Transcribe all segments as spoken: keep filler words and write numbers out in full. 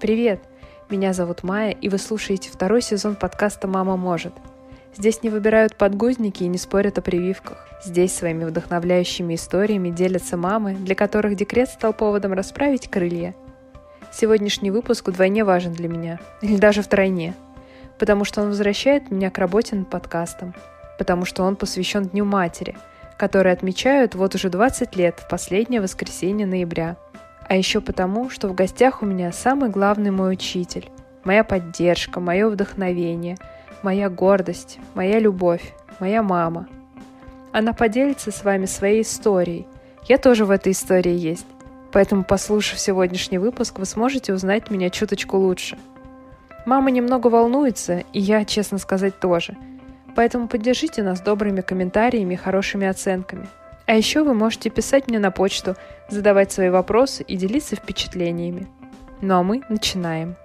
Привет! Меня зовут Майя, и вы слушаете второй сезон подкаста «Мама может». Здесь не выбирают подгузники и не спорят о прививках. Здесь своими вдохновляющими историями делятся мамы, для которых декрет стал поводом расправить крылья. Сегодняшний выпуск вдвойне важен для меня, или даже втройне, потому что он возвращает меня к работе над подкастом, потому что он посвящен Дню матери, который отмечают вот уже двадцать лет в последнее воскресенье ноября. А еще потому, что в гостях у меня самый главный мой учитель, моя поддержка, мое вдохновение, моя гордость, моя любовь, моя мама. Она поделится с вами своей историей. Я тоже в этой истории есть. Поэтому, послушав сегодняшний выпуск, вы сможете узнать меня чуточку лучше. Мама немного волнуется, и я, честно сказать, тоже. Поэтому поддержите нас добрыми комментариями и хорошими оценками. А еще вы можете писать мне на почту, задавать свои вопросы и делиться впечатлениями. Ну а мы начинаем.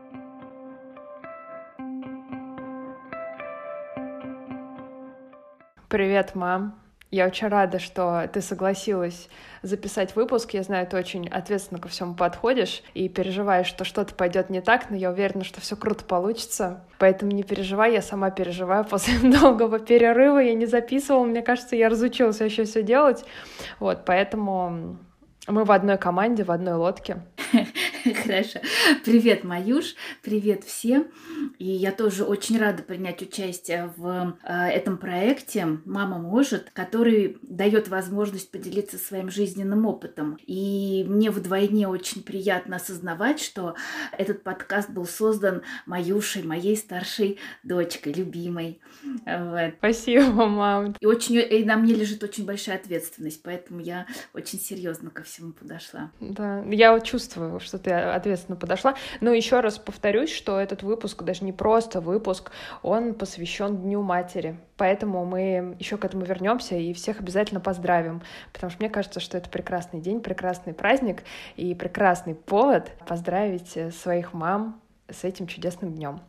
Привет, мам. Я очень рада, что ты согласилась записать выпуск. Я знаю, ты очень ответственно ко всему подходишь и переживаешь, что что-то пойдет не так, но я уверена, что все круто получится. Поэтому не переживай, я сама переживаю. После долгого перерыва я не записывала. Мне кажется, я разучилась еще все делать. Вот, поэтому мы в одной команде, в одной лодке. Хорошо. Привет, Маюш, привет всем. И я тоже очень рада принять участие в э, этом проекте «Мама может», который дает возможность поделиться своим жизненным опытом. И мне вдвойне очень приятно осознавать, что этот подкаст был создан Маюшей, моей старшей дочкой, любимой. Вот. Спасибо, мам. И, очень, и на мне лежит очень большая ответственность, поэтому я очень серьезно ко всему подошла. Да, я вот чувствую, что ты ответственно подошла. Но еще раз повторюсь, что этот выпуск даже не просто выпуск, он посвящен Дню матери. Поэтому мы еще к этому вернемся и всех обязательно поздравим. Потому что мне кажется, что это прекрасный день, прекрасный праздник и прекрасный повод поздравить своих мам с этим чудесным днем.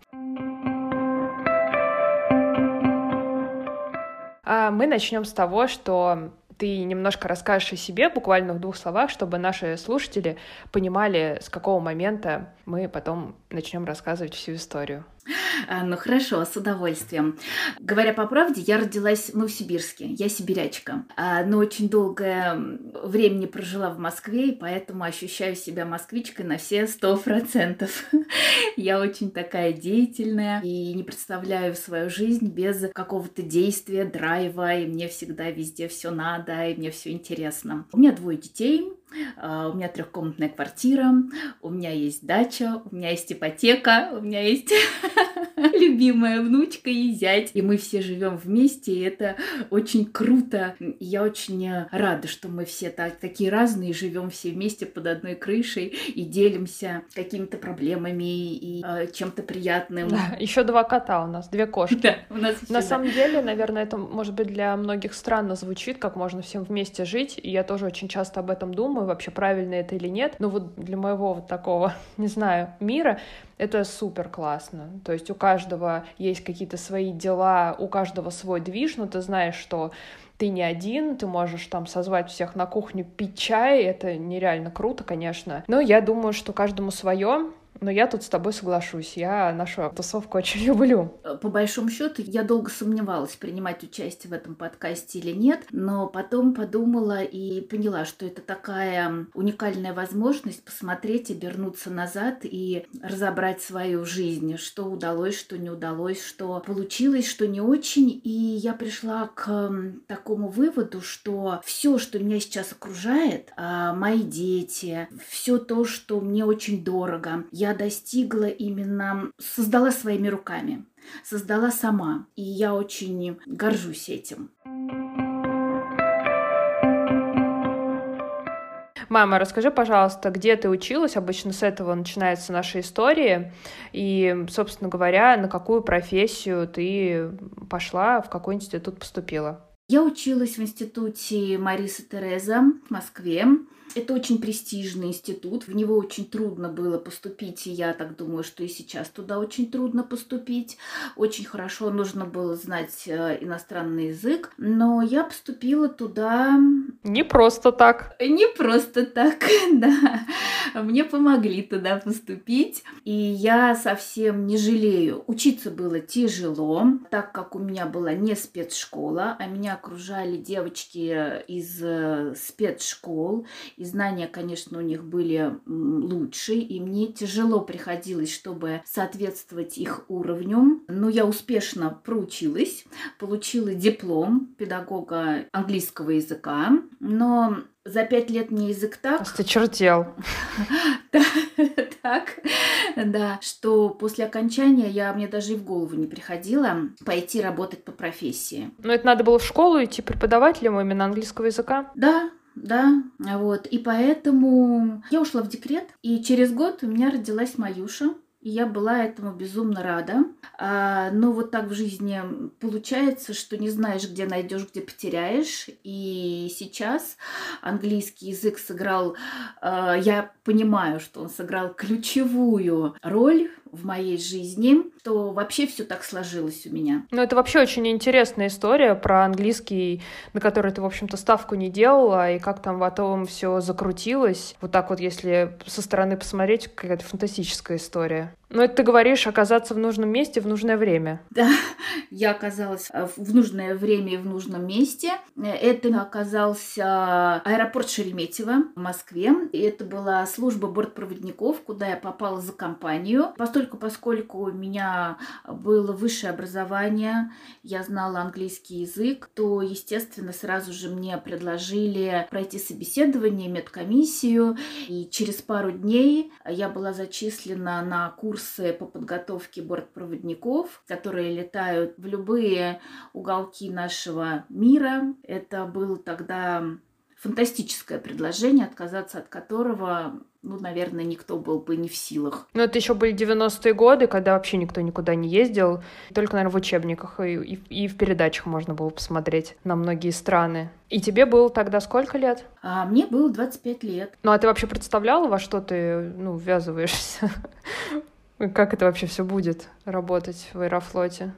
А мы начнем с того, что ты немножко расскажешь о себе, буквально в двух словах, чтобы наши слушатели понимали, с какого момента мы потом начнем рассказывать всю историю. Ну хорошо, с удовольствием. Говоря по правде, я родилась в Новосибирске, я сибирячка, но очень долгое время не прожила в Москве, и поэтому ощущаю себя москвичкой на все сто процентов. Я очень такая деятельная и не представляю свою жизнь без какого-то действия, драйва, и мне всегда везде все надо, и мне все интересно. У меня двое детей. Uh, у меня трехкомнатная квартира, у меня есть дача, у меня есть ипотека, у меня есть любимая внучка и зять. И мы все живем вместе, и это очень круто. И я очень рада, что мы все так, такие разные, живем все вместе под одной крышей и делимся какими-то проблемами и uh, чем-то приятным. Да, еще два кота у нас, две кошки. Да, у нас еще, На да. самом деле, наверное, это, может быть, для многих странно звучит, как можно всем вместе жить, и я тоже очень часто об этом думаю, вообще правильно это или нет, но вот для моего вот такого, не знаю, мира это супер классно. То есть у каждого есть какие-то свои дела, у каждого свой движ, но ты знаешь, что ты не один, ты можешь там созвать всех на кухню пить чай, это нереально круто, конечно. Но я думаю, что каждому свое. Но я тут с тобой соглашусь, я нашу тусовку очень люблю. По большому счету, я долго сомневалась, принимать участие в этом подкасте или нет, но потом подумала и поняла, что это такая уникальная возможность посмотреть, обернуться назад и разобрать свою жизнь, что удалось, что не удалось, что получилось, что не очень. И я пришла к такому выводу, что все, что меня сейчас окружает, мои дети, все то, что мне очень дорого, я достигла именно, создала своими руками, создала сама. И я очень горжусь этим. Мама, расскажи, пожалуйста, где ты училась? Обычно с этого начинается наша история. И, собственно говоря, на какую профессию ты пошла, в какой институт поступила? Я училась в институте Мариса Тереза в Москве. Это очень престижный институт, в него очень трудно было поступить, и я так думаю, что и сейчас туда очень трудно поступить. Очень хорошо нужно было знать э, иностранный язык, но я поступила туда Не просто так. не просто так, да. Мне помогли туда поступить, и я совсем не жалею. Учиться было тяжело, так как у меня была не спецшкола, а меня окружали девочки из э, спецшкол, и знания, конечно, у них были м, лучше, и мне тяжело приходилось, чтобы соответствовать их уровню. Но я успешно проучилась, получила диплом педагога английского языка, но за пять лет мне язык так... Осточертел. Так, да, что после окончания я, мне даже и в голову не приходило пойти работать по профессии. Но это надо было в школу идти преподавателем именно английского языка? Да, да, вот. И поэтому я ушла в декрет, и через год у меня родилась Маюша. И я была этому безумно рада. А, но вот так в жизни получается, что не знаешь, где найдешь, где потеряешь. И сейчас английский язык сыграл, а, я понимаю, что он сыграл ключевую роль в моей жизни, то вообще все так сложилось у меня. Ну, это вообще очень интересная история про английский, на который ты, в общем-то, ставку не делала, и как там потом все закрутилось. Вот так вот, если со стороны посмотреть, какая-то фантастическая история. Но это ты говоришь оказаться в нужном месте в нужное время. Да, я оказалась в нужное время и в нужном месте. Это оказался аэропорт Шереметьево в Москве. И это была служба бортпроводников, куда я попала за компанию. Постольку, поскольку у меня было высшее образование, я знала английский язык, то, естественно, сразу же мне предложили пройти собеседование, медкомиссию. И через пару дней я была зачислена на курс по подготовке бортпроводников, которые летают в любые уголки нашего мира. Это было тогда фантастическое предложение, отказаться от которого, ну, наверное, никто был бы не в силах. Но это еще были девяностые годы, когда вообще никто никуда не ездил. Только, наверное, в учебниках и, и, и в передачах можно было посмотреть на многие страны. И тебе было тогда сколько лет? А мне было двадцать пять лет. Ну, а ты вообще представляла, во что ты, ну, ввязываешься? Как это вообще все будет работать в Аэрофлоте?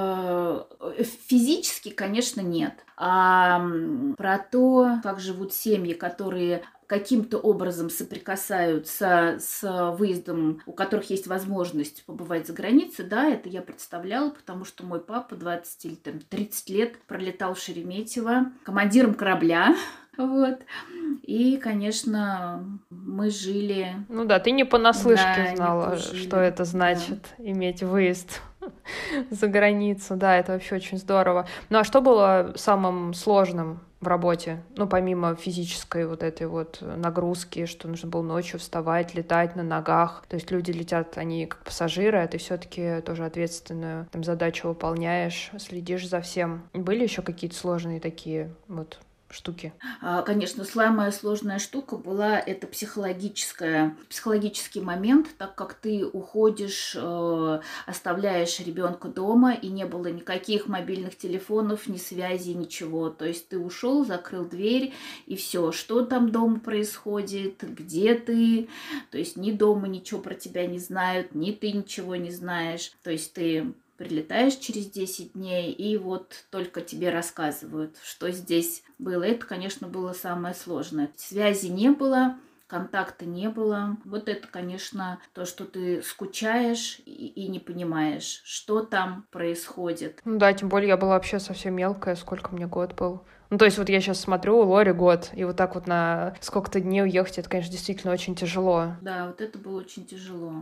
Физически, конечно, нет. А про то, как живут семьи, которые каким-то образом соприкасаются с выездом, у которых есть возможность побывать за границей, да, это я представляла, потому что мой папа двадцать или там, тридцать лет пролетал в Шереметьево командиром корабля. Вот. И, конечно, мы жили... Ну да, ты не понаслышке да, знала, не что это значит, да. Иметь выезд за границу. Да, это вообще очень здорово. Ну а что было самым сложным в работе? Ну, помимо физической вот этой вот нагрузки, что нужно было ночью вставать, летать на ногах. То есть люди летят, они как пассажиры, а ты все-таки тоже ответственную там задачу выполняешь, следишь за всем. Были еще какие-то сложные такие вот штуки? Конечно, самая сложная штука была это психологическая, психологический момент, так как ты уходишь, оставляешь ребенка дома, и не было никаких мобильных телефонов, ни связи, ничего. То есть ты ушел, закрыл дверь, и все, что там дома происходит, где ты, то есть ни дома ничего про тебя не знают, ни ты ничего не знаешь. То есть ты прилетаешь через десять дней, и вот только тебе рассказывают, что здесь было. Это, конечно, было самое сложное. Связи не было, контакта не было. Вот это, конечно, то, что ты скучаешь и, и не понимаешь, что там происходит. Ну да, тем более я была вообще совсем мелкая, сколько мне год был. Ну, то есть вот я сейчас смотрю, Лоре год, и вот так вот на сколько-то дней уехать, это, конечно, действительно очень тяжело. Да, вот это было очень тяжело.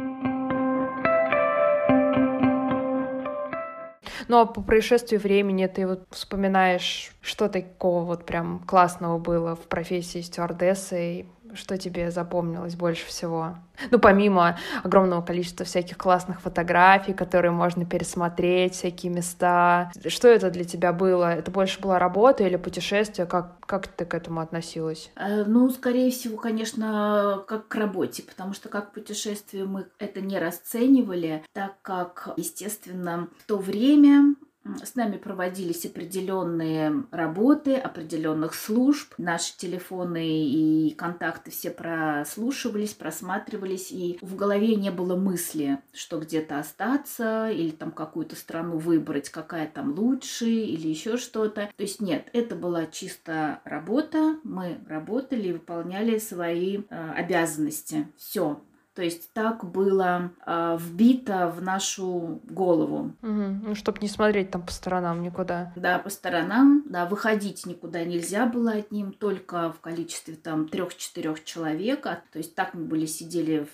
Ну, а по происшествию времени ты вот вспоминаешь, что такого вот прям классного было в профессии стюардессы, что тебе запомнилось больше всего? Ну, помимо огромного количества всяких классных фотографий, которые можно пересмотреть, всякие места. Что это для тебя было? Это больше была работа или путешествие? Как, как ты к этому относилась? Ну, скорее всего, конечно, как к работе, потому что как путешествие мы это не расценивали, так как, естественно, в то время С нами проводились определенные работы, определенных служб. Наши телефоны и контакты все прослушивались, просматривались, и в голове не было мысли, что где-то остаться или там какую-то страну выбрать, какая там лучше или еще что-то. То есть нет, это была чисто работа. Мы работали и выполняли свои э, обязанности. Все. То есть так было э, вбито в нашу голову. Угу. Ну, чтобы не смотреть там по сторонам никуда. Да, по сторонам, да, выходить никуда нельзя было одним, только в количестве там трех-четырех человек. То есть так мы были, сидели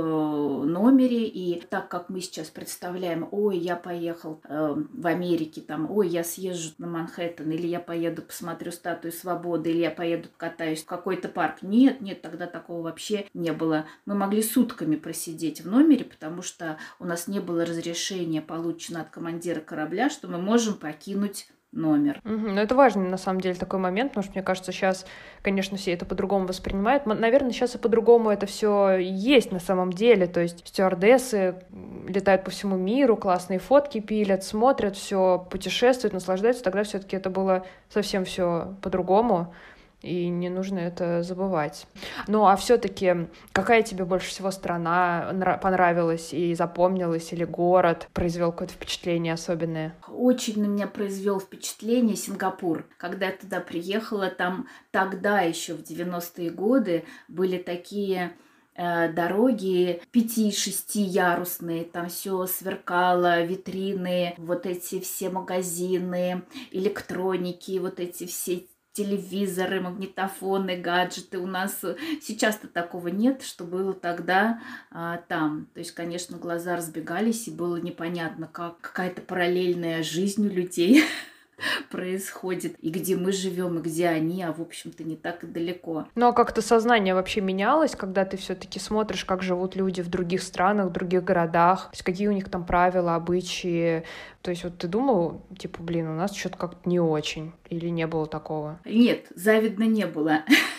в номере, и так как мы сейчас представляем, ой, я поехал э, в Америке, там, ой, я съезжу на Манхэттен, или я поеду посмотрю статую свободы, или я поеду катаюсь в какой-то парк. Нет, нет, тогда такого вообще не было. Мы могли сутками просидеть в номере, потому что у нас не было разрешения, получено от командира корабля, что мы можем покинуть номер. Угу. Ну, это важный, на самом деле, такой момент, потому что, мне кажется, сейчас, конечно, все это по-другому воспринимают. Наверное, сейчас и по-другому это все есть на самом деле. То есть стюардессы летают по всему миру, классные фотки пилят, смотрят все, путешествуют, наслаждаются. Тогда все-таки это было совсем все по-другому. И не нужно это забывать. Ну, а все-таки какая тебе больше всего страна понравилась и запомнилась, или город произвел какое-то впечатление особенное? Очень на меня произвел впечатление Сингапур. Когда я туда приехала, там тогда еще в девяностые годы были такие э, дороги пяти-шестиярусные, там все сверкало, витрины, вот эти все магазины, электроники, вот эти все телевизоры, магнитофоны, гаджеты. У нас сейчас-то такого нет, что было тогда а, там. То есть, конечно, глаза разбегались, и было непонятно, как какая-то параллельная жизнь у людей происходит, и где мы живем, и где они, а в общем-то не так и далеко. Ну а как-то сознание вообще менялось, когда ты все-таки смотришь, как живут люди в других странах, в других городах, то есть какие у них там правила, обычаи. То есть вот ты думал, типа, блин, у нас что-то как-то не очень, или не было такого? Нет, завидно не было.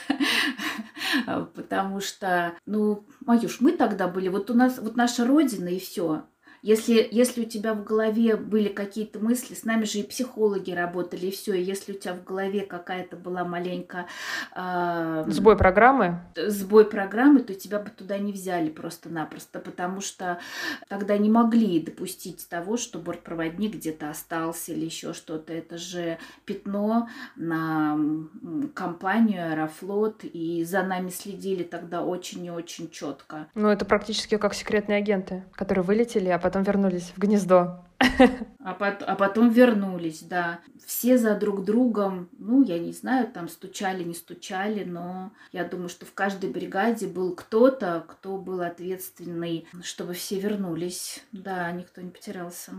Потому что, ну, Маюш, мы тогда были, вот у нас, вот наша родина и все. Если, если у тебя в голове были какие-то мысли, с нами же и психологи работали, и все, и если у тебя в голове какая-то была маленькая... Э, сбой программы? Сбой программы, то тебя бы туда не взяли просто-напросто, потому что тогда не могли допустить того, что бортпроводник где-то остался или еще что-то. Это же пятно на компанию Аэрофлот, и за нами следили тогда очень и очень четко. Ну, это практически как секретные агенты, которые вылетели, а потом вернулись в гнездо. А, пот- а потом вернулись, да. Все за друг другом, ну, я не знаю, там стучали, не стучали, но я думаю, что в каждой бригаде был кто-то, кто был ответственный, чтобы все вернулись. Да, никто не потерялся.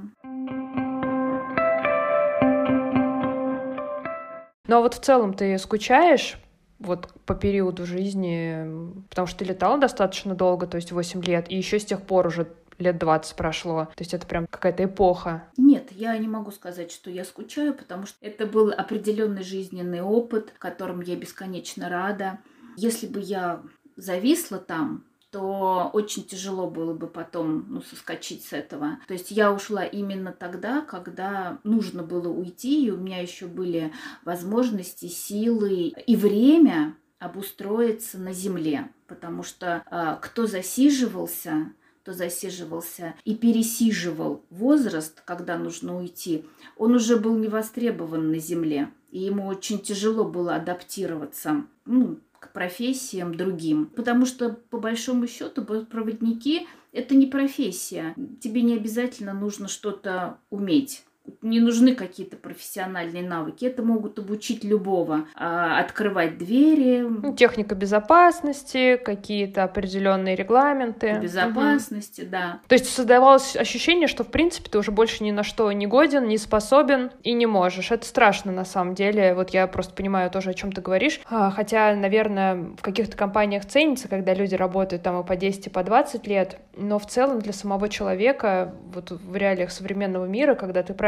Ну, а вот в целом ты скучаешь вот по периоду жизни, потому что ты летала достаточно долго, то есть восемь лет, и еще с тех пор уже лет двадцать прошло. То есть это прям какая-то эпоха. Нет, я не могу сказать, что я скучаю, потому что это был определенный жизненный опыт, которым я бесконечно рада. Если бы я зависла там, то очень тяжело было бы потом, ну, соскочить с этого. То есть я ушла именно тогда, когда нужно было уйти, и у меня еще были возможности, силы и время обустроиться на земле. Потому что а, кто засиживался, кто засиживался и пересиживал возраст, когда нужно уйти, он уже был не востребован на земле. И ему очень тяжело было адаптироваться, ну, к профессиям другим. Потому что, по большому счету, проводники – это не профессия. Тебе не обязательно нужно что-то уметь. Не нужны какие-то профессиональные навыки. Это могут обучить любого. А, открывать двери. Ну, техника безопасности, какие-то определенные регламенты. Безопасности, угу. Да. То есть создавалось ощущение, что, в принципе, ты уже больше ни на что не годен, не способен и не можешь. Это страшно, на самом деле. Вот я просто понимаю тоже, о чем ты говоришь. Хотя, наверное, в каких-то компаниях ценится, когда люди работают там и по десять, и по двадцать лет. Но в целом для самого человека, вот в реалиях современного мира, когда ты правильно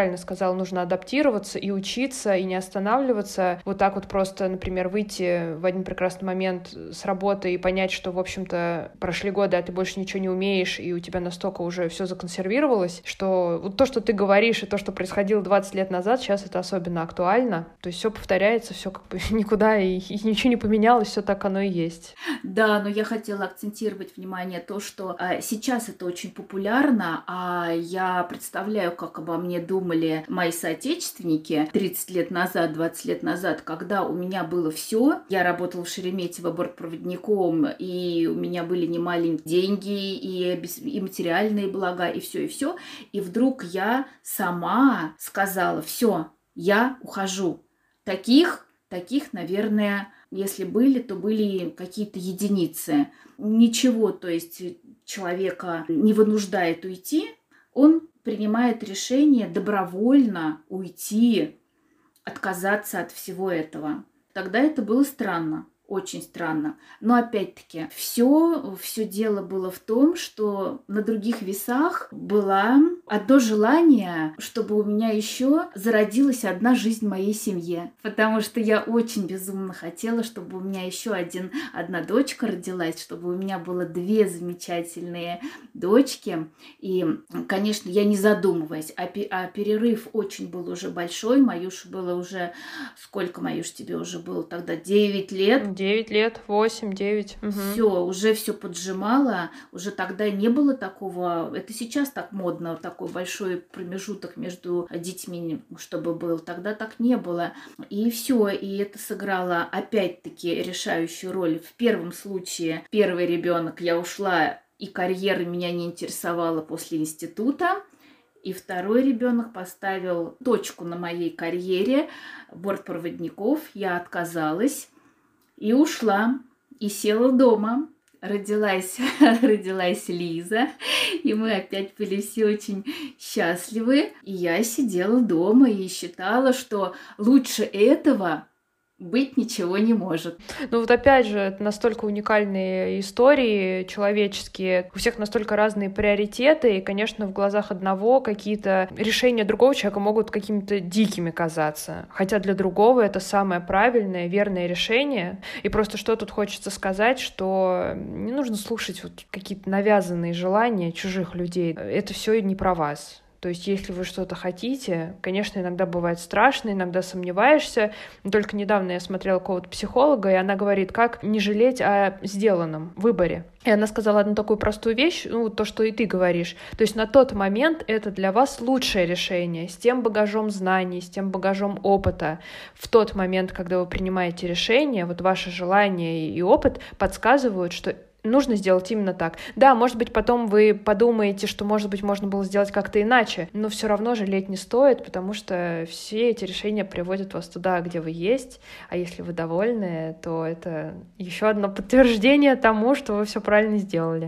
правильно сказал, нужно адаптироваться и учиться, и не останавливаться. Вот так вот просто, например, выйти в один прекрасный момент с работы и понять, что, в общем-то, прошли годы, а ты больше ничего не умеешь, и у тебя настолько уже все законсервировалось, что вот то, что ты говоришь, и то, что происходило двадцать лет назад, сейчас это особенно актуально. То есть все повторяется, все как бы никуда, и, и ничего не поменялось, все так оно и есть. Да, но я хотела акцентировать внимание то, что а, сейчас это очень популярно, а я представляю, как обо мне думали мои соотечественники тридцать лет назад, двадцать лет назад, когда у меня было все. Я работала в Шереметьево бортпроводником, и у меня были немаленькие деньги, и, и материальные блага, и все, и все. И вдруг я сама сказала: все, я ухожу. Таких, таких, наверное, если были, то были какие-то единицы. Ничего, то есть человека не вынуждает уйти, он принимает решение добровольно уйти, отказаться от всего этого. Тогда это было странно. Очень странно. Но опять-таки, все, все дело было в том, что на других весах было одно желание, чтобы у меня еще зародилась одна жизнь в моей семье. Потому что я очень безумно хотела, чтобы у меня еще один, одна дочка родилась, чтобы у меня было две замечательные дочки. И, конечно, я не задумываясь, а, а перерыв очень был уже большой. Маюше было уже... Сколько, Маюш, тебе уже было тогда? девять лет. девять лет, восемь, девять. Угу. Все, уже все поджимало, уже тогда не было такого, это сейчас так модно, такой большой промежуток между детьми, чтобы был, тогда так не было. И все, и это сыграло опять-таки решающую роль. В первом случае первый ребенок, я ушла, и карьера меня не интересовала после института. И второй ребенок поставил точку на моей карьере бортпроводников. Я отказалась и ушла, и села дома. Родилась, родилась Лиза, и мы опять были все очень счастливы. И я сидела дома и считала, что лучше этого быть ничего не может. Ну вот опять же, это настолько уникальные истории человеческие, у всех настолько разные приоритеты, и, конечно, в глазах одного какие-то решения другого человека могут какими-то дикими казаться, хотя для другого это самое правильное, верное решение. И просто что тут хочется сказать, что не нужно слушать вот какие-то навязанные желания чужих людей, это все не про вас. То есть, если вы что-то хотите, конечно, иногда бывает страшно, иногда сомневаешься. Только недавно я смотрела какого-то психолога, и она говорит, как не жалеть о сделанном выборе. И она сказала одну такую простую вещь, ну, то, что и ты говоришь. То есть на тот момент это для вас лучшее решение, с тем багажом знаний, с тем багажом опыта. В тот момент, когда вы принимаете решение, вот ваши желания и опыт подсказывают, что нужно сделать именно так. Да, может быть, потом вы подумаете, что, может быть, можно было сделать как-то иначе, но все равно жалеть не стоит, потому что все эти решения приводят вас туда, где вы есть, а если вы довольны, то это еще одно подтверждение тому, что вы все правильно сделали.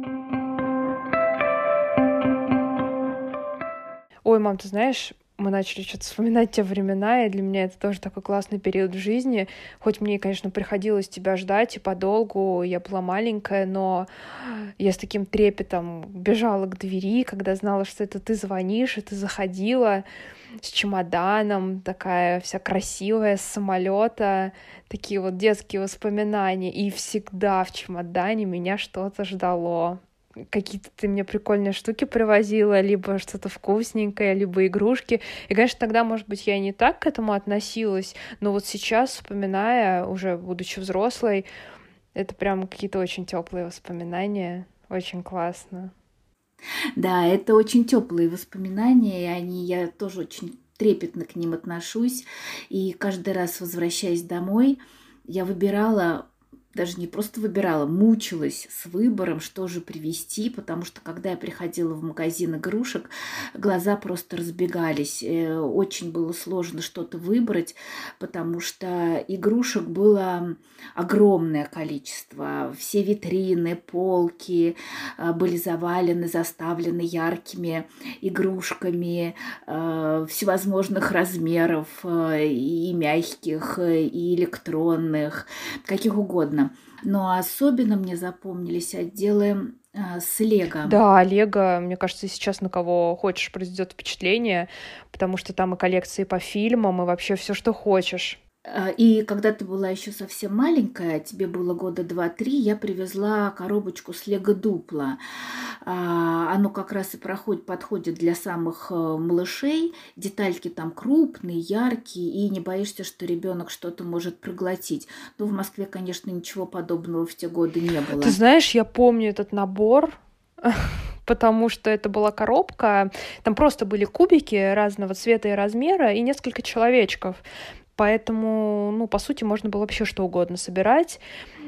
Ой, мам, ты знаешь, мы начали что-то вспоминать те времена, и для меня это тоже такой классный период в жизни. Хоть мне, конечно, приходилось тебя ждать и подолгу, я была маленькая, но я с таким трепетом бежала к двери, когда знала, что это ты звонишь, и ты заходила с чемоданом, такая вся красивая, с самолета, такие вот детские воспоминания, и всегда в чемодане меня что-то ждало. Какие-то ты мне прикольные штуки привозила, либо что-то вкусненькое, либо игрушки. И, конечно, тогда, может быть, я и не так к этому относилась, но вот сейчас, вспоминая, уже будучи взрослой, это прям какие-то очень теплые воспоминания. Очень классно. Да, это очень теплые воспоминания, и они, я тоже очень трепетно к ним отношусь. И каждый раз, возвращаясь домой, я выбирала, даже не просто выбирала, мучилась с выбором, что же привезти, потому что, когда я приходила в магазин игрушек, глаза просто разбегались. Очень было сложно что-то выбрать, потому что игрушек было огромное количество. Все витрины, полки были завалены, заставлены яркими игрушками всевозможных размеров, и мягких, и электронных, каких угодно. Но особенно мне запомнились отделы А, с Лего. Да, Лего, мне кажется, сейчас на кого хочешь произведет впечатление, потому что там и коллекции по фильмам, и вообще все, что хочешь. А, И когда ты была еще совсем маленькая, тебе было года два-три, я привезла коробочку с Лего Дупло. А, Оно как раз и проходит, подходит для самых э, малышей. Детальки там крупные, яркие, и не боишься, что ребенок что-то может проглотить. Но в Москве, конечно, ничего подобного в те годы не Ты было. знаешь, я помню этот набор, потому что это была коробка, там просто были кубики разного цвета и размера и несколько человечков. Поэтому, ну, по сути, можно было вообще что угодно собирать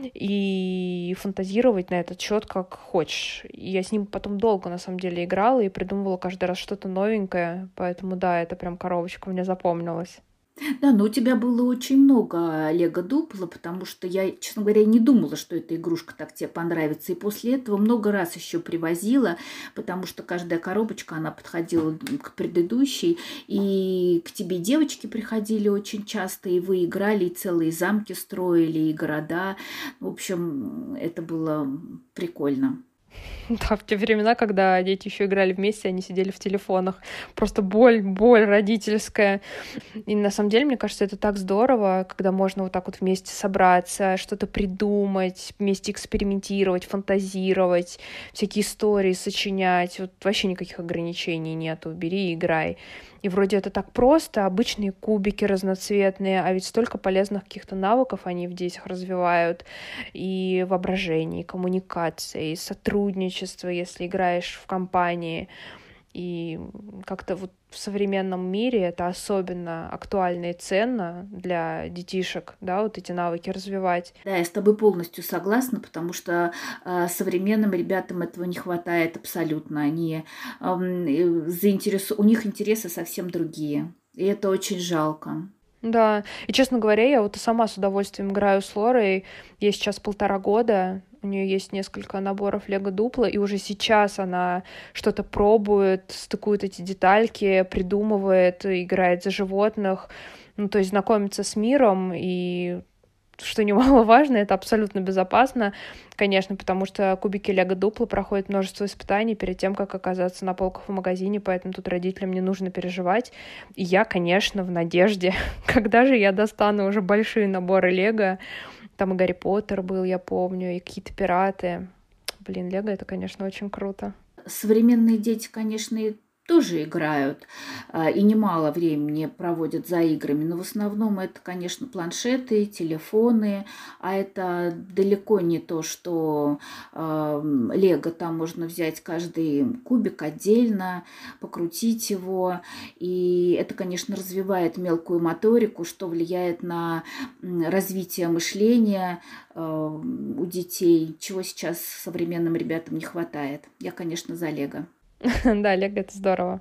и фантазировать на этот счет как хочешь. И я с ним потом долго, на самом деле, играла и придумывала каждый раз что-то новенькое. Поэтому, да, это прям коробочка мне запомнилась. Да, но у тебя было очень много Лего Дупло, потому что я, честно говоря, не думала, что эта игрушка так тебе понравится. И после этого много раз еще привозила, потому что каждая коробочка, она подходила к предыдущей. И к тебе девочки приходили очень часто, и вы играли, и целые замки строили, и города. В общем, это было прикольно. Да, в те времена, когда дети еще играли вместе, они сидели в телефонах. Просто боль, боль родительская. И на самом деле, мне кажется, это так здорово, когда можно вот так вот вместе собраться, что-то придумать, вместе экспериментировать, фантазировать, всякие истории сочинять. Вот вообще никаких ограничений нету. Бери и играй. И вроде это так просто, обычные кубики разноцветные, а ведь столько полезных каких-то навыков они в детях развивают. И воображение, и коммуникация, и сотрудничество, если играешь в компании. И как-то вот в современном мире это особенно актуально и ценно для детишек, да, вот эти навыки развивать. Да, я с тобой полностью согласна, потому что э, современным ребятам этого не хватает абсолютно. Они эм, э, заинтересу... у них интересы совсем другие. И это очень жалко. Да, и, честно говоря, я вот и сама с удовольствием играю с Лорой. Ей сейчас полтора года, у нее есть несколько наборов Лего Дупло, и уже сейчас она что-то пробует, стыкует эти детальки, придумывает, играет за животных, ну, то есть знакомится с миром, и что немаловажно, это абсолютно безопасно, конечно, потому что кубики Лего Дупло проходят множество испытаний перед тем, как оказаться на полках в магазине, поэтому тут родителям не нужно переживать. И я, конечно, в надежде, когда же я достану уже большие наборы Лего. Там и Гарри Поттер был, я помню, и какие-то пираты. Блин, Лего — это, конечно, очень круто. Современные дети, конечно, и тоже играют, а, и немало времени проводят за играми, но в основном это, конечно, планшеты, телефоны, а это далеко не то, что а, Лего, там можно взять каждый кубик отдельно, покрутить его, и это, конечно, развивает мелкую моторику, что влияет на м, развитие мышления а, у детей, чего сейчас современным ребятам не хватает. Я, конечно, за Лего. Да, Лего — это здорово.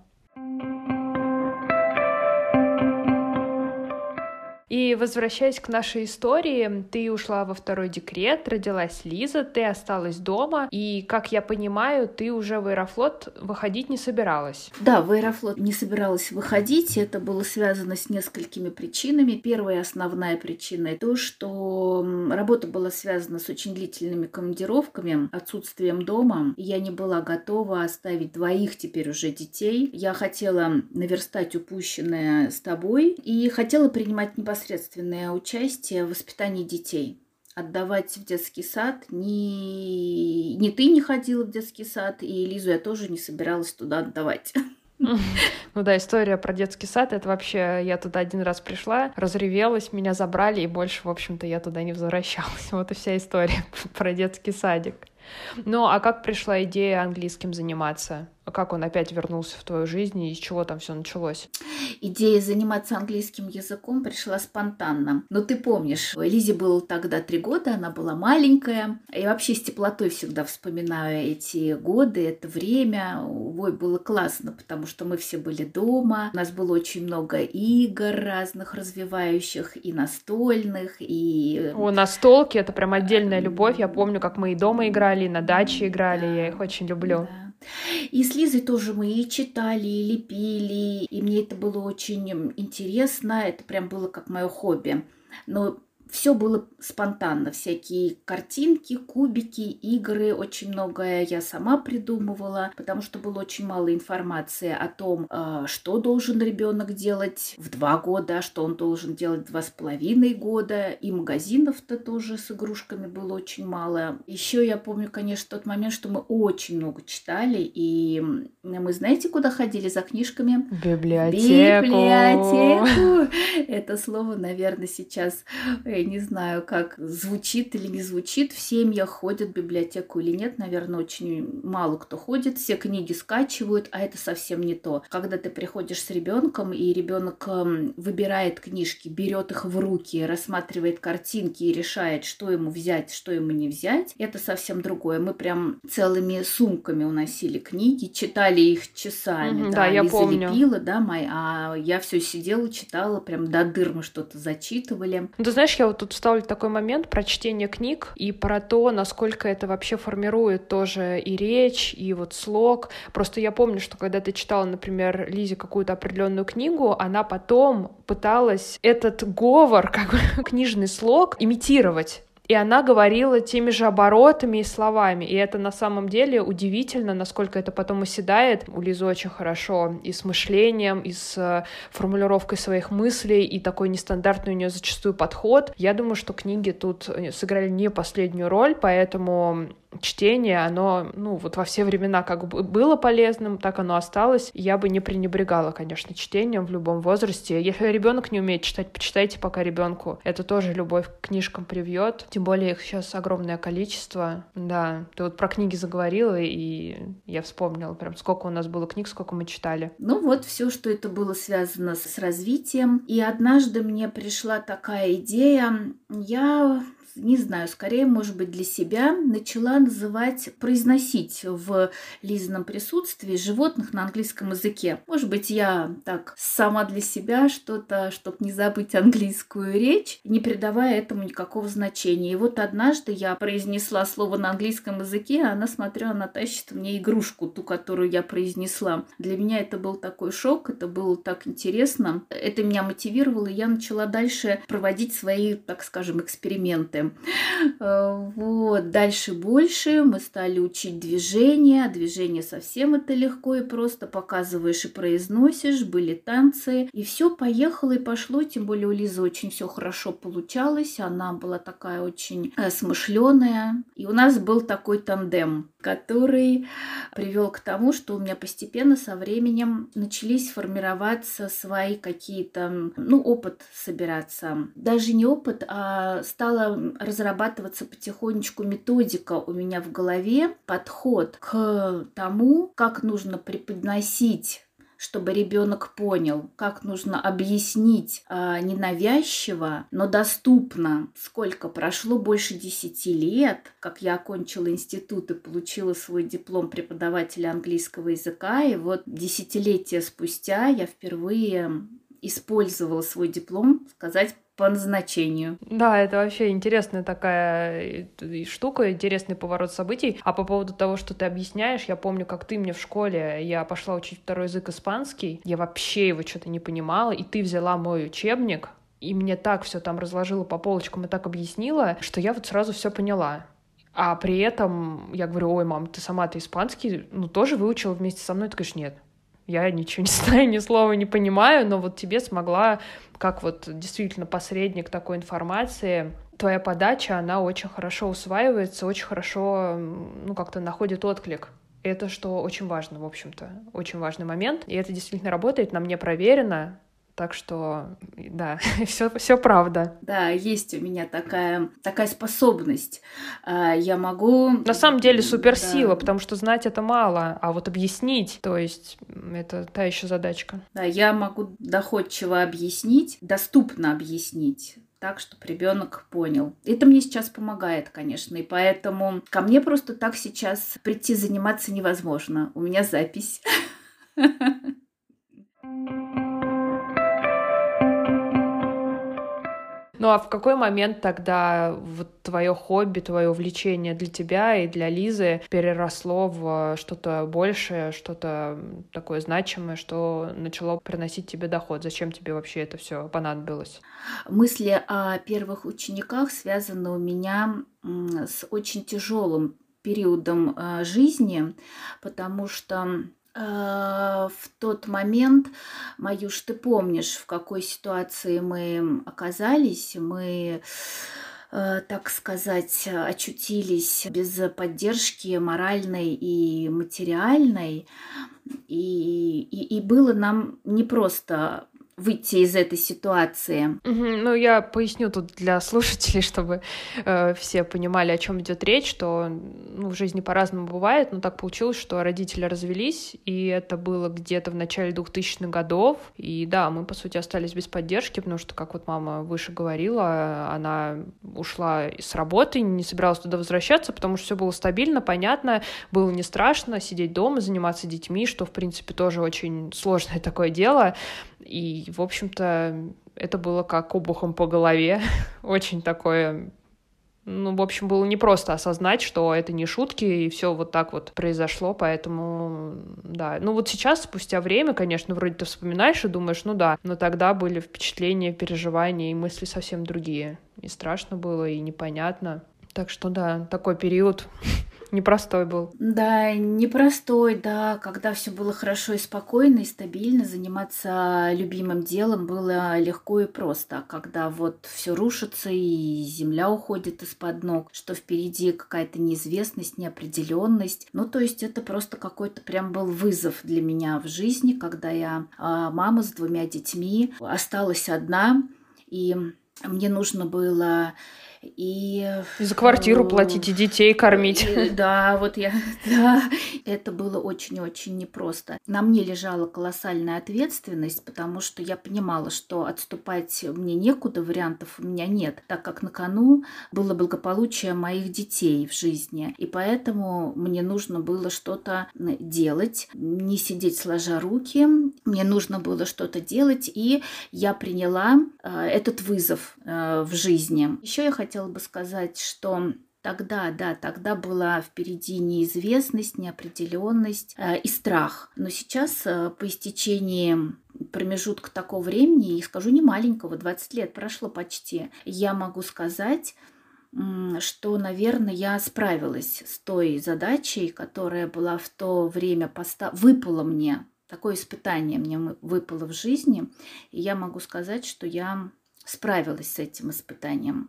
И возвращаясь к нашей истории, ты ушла во второй декрет, родилась Лиза, ты осталась дома, и, как я понимаю, ты уже в Аэрофлот выходить не собиралась. Да, в Аэрофлот не собиралась выходить. Это было связано с несколькими причинами. Первая основная причина — то, что работа была связана с очень длительными командировками, отсутствием дома. И я не была готова оставить двоих теперь уже детей. Я хотела наверстать упущенное с тобой и хотела принимать непосредственное участие в воспитании детей. Отдавать в детский сад. Ни, ни ты не ходила в детский сад, и Лизу я тоже не собиралась туда отдавать. Ну да, история про детский сад, это вообще, я туда один раз пришла, разревелась, меня забрали, и больше, в общем-то, я туда не возвращалась. Вот и вся история про детский садик. Ну, а как пришла идея английским заниматься? Как он опять вернулся в твою жизнь, и из чего там все началось? Идея заниматься английским языком пришла спонтанно. Но ты помнишь, Лизе было тогда три года, она была маленькая. И вообще с теплотой всегда вспоминаю эти годы, это время. Ой, было классно, потому что мы все были дома. У нас было очень много игр разных развивающих, и настольных, и... О, настолки — это прям отдельная любовь. Я помню, как мы и дома играли, и на даче играли. Да, я их очень люблю. Да. И с Лизой тоже мы и читали, и лепили, и мне это было очень интересно, это прям было как мое хобби. Но все было спонтанно, всякие картинки, кубики, игры, очень многое я сама придумывала, потому что было очень мало информации о том, что должен ребенок делать в два года, что он должен делать в два с половиной года, и магазинов-то тоже с игрушками было очень мало. Еще я помню, конечно, тот момент, что мы очень много читали, и мы, знаете, куда ходили за книжками? В библиотеку. Библиотеку. Это слово, наверное, сейчас, я не знаю, как звучит или не звучит. В семьях ходят в библиотеку или нет. Наверное, очень мало кто ходит. Все книги скачивают, а это совсем не то. Когда ты приходишь с ребенком, и ребенок выбирает книжки, берет их в руки, рассматривает картинки и решает, что ему взять, что ему не взять, это совсем другое. Мы прям целыми сумками уносили книги, читали их часами. Mm-hmm, да, да, я Лиза помню. лепила, да, моя, а я все сидела, читала, прям до дыр мы что-то зачитывали. Ну, ты знаешь, я вот тут вставлю такой момент про чтение книг и про то, насколько это вообще формирует тоже и речь, и вот слог. Просто я помню, что когда ты читала, например, Лизе какую-то определенную книгу, она потом пыталась этот говор, как бы книжный слог, имитировать. И она говорила теми же оборотами и словами. И это на самом деле удивительно, насколько это потом оседает. У Лизы очень хорошо и с мышлением, и с формулировкой своих мыслей, и такой нестандартный у нее зачастую подход. Я думаю, что книги тут сыграли не последнюю роль, поэтому чтение, оно, ну, вот во все времена как бы было полезным, так оно осталось. Я бы не пренебрегала, конечно, чтением в любом возрасте. Если ребенок не умеет читать, почитайте пока ребенку. Это тоже любовь к книжкам привьет. Тем более их сейчас огромное количество. Да, ты вот про книги заговорила, и я вспомнила прям, сколько у нас было книг, сколько мы читали. Ну вот все, что это было связано с развитием. И однажды мне пришла такая идея. Я не знаю, скорее, может быть, для себя начала называть, произносить в Лизином присутствии животных на английском языке. Может быть, я так сама для себя что-то, чтобы не забыть английскую речь, не придавая этому никакого значения. И вот однажды я произнесла слово на английском языке, а она, смотрю, она тащит мне игрушку, ту, которую я произнесла. Для меня это был такой шок, это было так интересно. Это меня мотивировало, и я начала дальше проводить свои, так скажем, эксперименты. Вот. Дальше больше мы стали учить движения. Движение совсем это легко и просто. Показываешь и произносишь. Были танцы. И все поехало и пошло. Тем более у Лизы очень все хорошо получалось. Она была такая очень смышленая. И у нас был такой тандем, который привел к тому, что у меня постепенно со временем начались формироваться свои какие-то, ну, опыт собираться. Даже не опыт, а стала разрабатываться потихонечку методика у меня в голове, подход к тому, как нужно преподносить, чтобы ребенок понял, как нужно объяснить э, ненавязчиво, но доступно. Сколько прошло? Больше десяти лет, как я окончила институт и получила свой диплом преподавателя английского языка, и вот десятилетия спустя я впервые использовала свой диплом, сказать, по назначению. Да, это вообще интересная такая штука, интересный поворот событий. А по поводу того, что ты объясняешь, я помню, как ты мне в школе, я пошла учить второй язык испанский, я вообще его что-то не понимала, и ты взяла мой учебник, и мне так все там разложила по полочкам и так объяснила, что я вот сразу все поняла. А при этом я говорю: ой, мам, ты сама-то испанский, ну, тоже выучила вместе со мной? Ты говоришь: нет. Я ничего не знаю, ни слова не понимаю, но вот тебе смогла, как вот действительно посредник такой информации, твоя подача, она очень хорошо усваивается, очень хорошо, ну, как-то находит отклик. Это что очень важно, в общем-то, очень важный момент. И это действительно работает, на мне проверено. Так что, да, все, все правда. Да, есть у меня такая, такая способность. Я могу... На самом деле суперсила, да. Потому что знать это мало, а вот объяснить, то есть это та еще задачка. Да, я могу доходчиво объяснить, доступно объяснить, так, чтобы ребенок понял. Это мне сейчас помогает, конечно, и поэтому ко мне просто так сейчас прийти заниматься невозможно. У меня запись. Но Ну а в какой момент тогда вот твое хобби, твое увлечение для тебя и для Лизы переросло в что-то большее, что-то такое значимое, что начало приносить тебе доход? Зачем тебе вообще это все понадобилось? Мысли о первых учениках связаны у меня с очень тяжелым периодом э, жизни, потому что э, в тот момент, Маюш, ты помнишь, в какой ситуации мы оказались, мы, э, так сказать, очутились без поддержки моральной и материальной, и, и, и было нам непросто выйти из этой ситуации. Мгм. Ну, я поясню тут для слушателей, чтобы э, все понимали, о чем идет речь, что ну, в жизни по-разному бывает, но так получилось, что родители развелись, и это было где-то в начале двухтысячных годов, и да, мы, по сути, остались без поддержки, потому что, как вот мама выше говорила, она ушла с работы, не собиралась туда возвращаться, потому что все было стабильно, понятно, было не страшно сидеть дома, заниматься детьми, что, в принципе, тоже очень сложное такое дело, и, в общем-то, это было как обухом по голове. Очень такое... Ну, в общем, было непросто осознать, что это не шутки, и все вот так вот произошло, поэтому, да. Ну, вот сейчас, спустя время, конечно, вроде ты вспоминаешь и думаешь, ну да, но тогда были впечатления, переживания и мысли совсем другие. И страшно было, и непонятно. Так что, да, такой период... Непростой был. Да, непростой, да, когда все было хорошо и спокойно, и стабильно, заниматься любимым делом было легко и просто. Когда вот все рушится и земля уходит из-под ног, что впереди какая-то неизвестность, неопределенность. Ну, то есть это просто какой-то прям был вызов для меня в жизни, когда я а, мама с двумя детьми, осталась одна, и мне нужно было и... И за квартиру платить, и детей кормить. И, да, вот я... Да, это было очень-очень непросто. На мне лежала колоссальная ответственность, потому что я понимала, что отступать мне некуда, вариантов у меня нет, так как на кону было благополучие моих детей в жизни. И поэтому мне нужно было что-то делать, не сидеть сложа руки. Мне нужно было что-то делать, и я приняла э, этот вызов э, в жизни. Еще я хотела бы сказать, что тогда, да, тогда была впереди неизвестность, неопределенность э, и страх. Но сейчас, э, по истечении промежутка такого времени, и скажу не маленького, двадцать лет прошло почти, я могу сказать, что, наверное, я справилась с той задачей, которая была в то время поста... выпала мне. Такое испытание мне выпало в жизни, и я могу сказать, что я справилась с этим испытанием.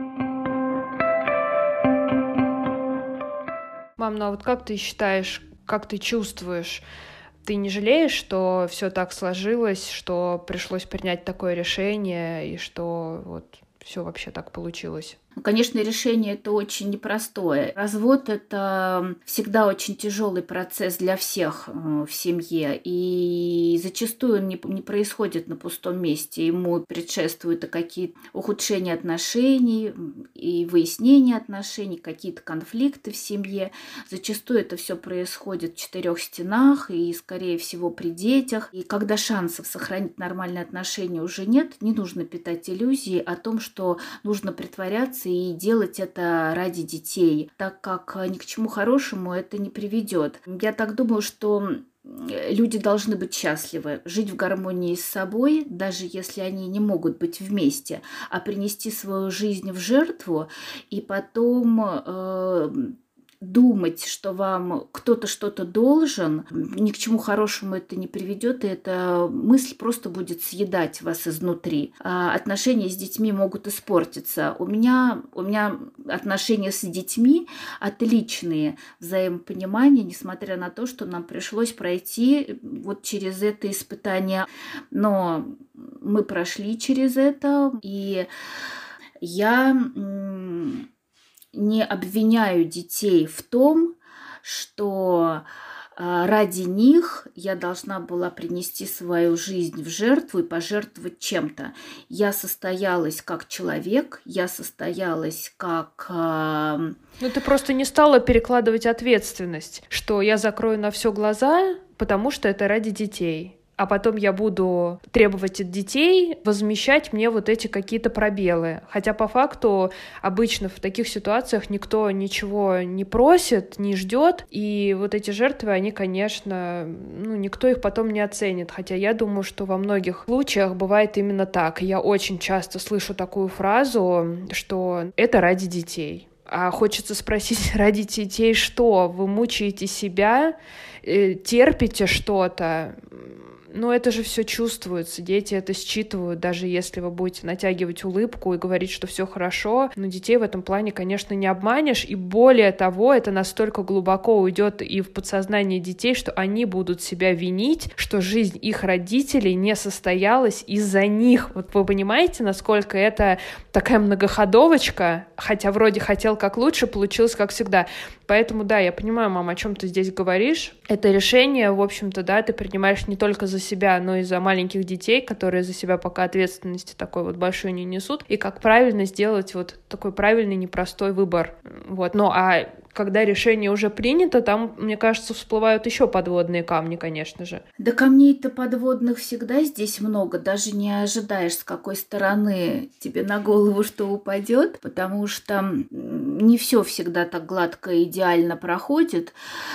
Мам, ну а вот как ты считаешь, как ты чувствуешь, ты не жалеешь, что все так сложилось, что пришлось принять такое решение и что вот все вообще так получилось? Ну, конечно, решение это очень непростое. Развод это всегда очень тяжелый процесс для всех в семье, и зачастую он не, не происходит на пустом месте. Ему предшествуют и какие-то ухудшения отношений, и выяснения отношений, какие-то конфликты в семье. Зачастую это все происходит в четырех стенах и, скорее всего, при детях. И когда шансов сохранить нормальные отношения уже нет, не нужно питать иллюзии о том, что нужно притворяться и делать это ради детей, так как ни к чему хорошему это не приведет. Я так думаю, что люди должны быть счастливы, жить в гармонии с собой, даже если они не могут быть вместе, а принести свою жизнь в жертву и потом э, думать, что вам кто-то что-то должен, ни к чему хорошему это не приведет, и эта мысль просто будет съедать вас изнутри. А отношения с детьми могут испортиться. У меня, у меня отношения с детьми отличные, взаимопонимание, несмотря на то, что нам пришлось пройти вот через это испытание. Но мы прошли через это, и я не обвиняю детей в том, что ради них я должна была принести свою жизнь в жертву и пожертвовать чем-то. Я состоялась как человек, я состоялась как... Ну, ты просто не стала перекладывать ответственность, что я закрою на все глаза, потому что это ради детей. а потом я буду требовать от детей возмещать мне вот эти какие-то пробелы. Хотя по факту обычно в таких ситуациях никто ничего не просит, не ждет, и вот эти жертвы, они, конечно, ну, никто их потом не оценит. Хотя я думаю, что во многих случаях бывает именно так. Я очень часто слышу такую фразу, что это ради детей. А хочется спросить, ради детей что? Вы мучаете себя, терпите что-то? Но это же все чувствуется, дети это считывают, даже если вы будете натягивать улыбку и говорить, что все хорошо, но детей в этом плане, конечно, не обманешь, и более того, это настолько глубоко уйдет и в подсознание детей, что они будут себя винить, что жизнь их родителей не состоялась из-за них. Вот вы понимаете, насколько это такая многоходовочка, хотя вроде хотел как лучше, получилось как всегда. Поэтому, да, я понимаю, мам, о чем ты здесь говоришь. Это решение, в общем-то, да, ты принимаешь не только за себя, но и за маленьких детей, которые за себя пока ответственности такой вот большой не несут, и как правильно сделать вот такой правильный, непростой выбор. Вот. Ну, а когда решение уже принято, там, мне кажется, всплывают еще подводные камни, конечно же. Да камней-то подводных всегда здесь много, даже не ожидаешь, с какой стороны тебе на голову что упадет, потому что не все всегда так гладко и идеально проходит,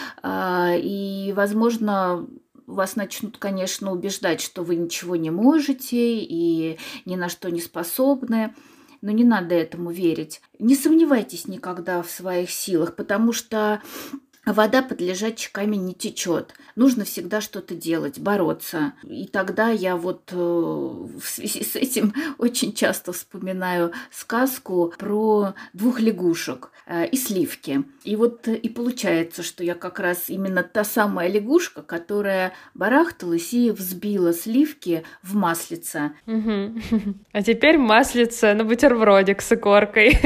и, возможно, вас начнут, конечно, убеждать, что вы ничего не можете и ни на что не способны. Но не надо этому верить. Не сомневайтесь никогда в своих силах, потому что вода под лежачий камень не течет. Нужно всегда что-то делать, бороться. И тогда я вот э, в связи с этим очень часто вспоминаю сказку про двух лягушек э, и сливки. И вот и получается, что я как раз именно та самая лягушка, которая барахталась и взбила сливки в маслице. Угу. А теперь маслице на бутербродик с икоркой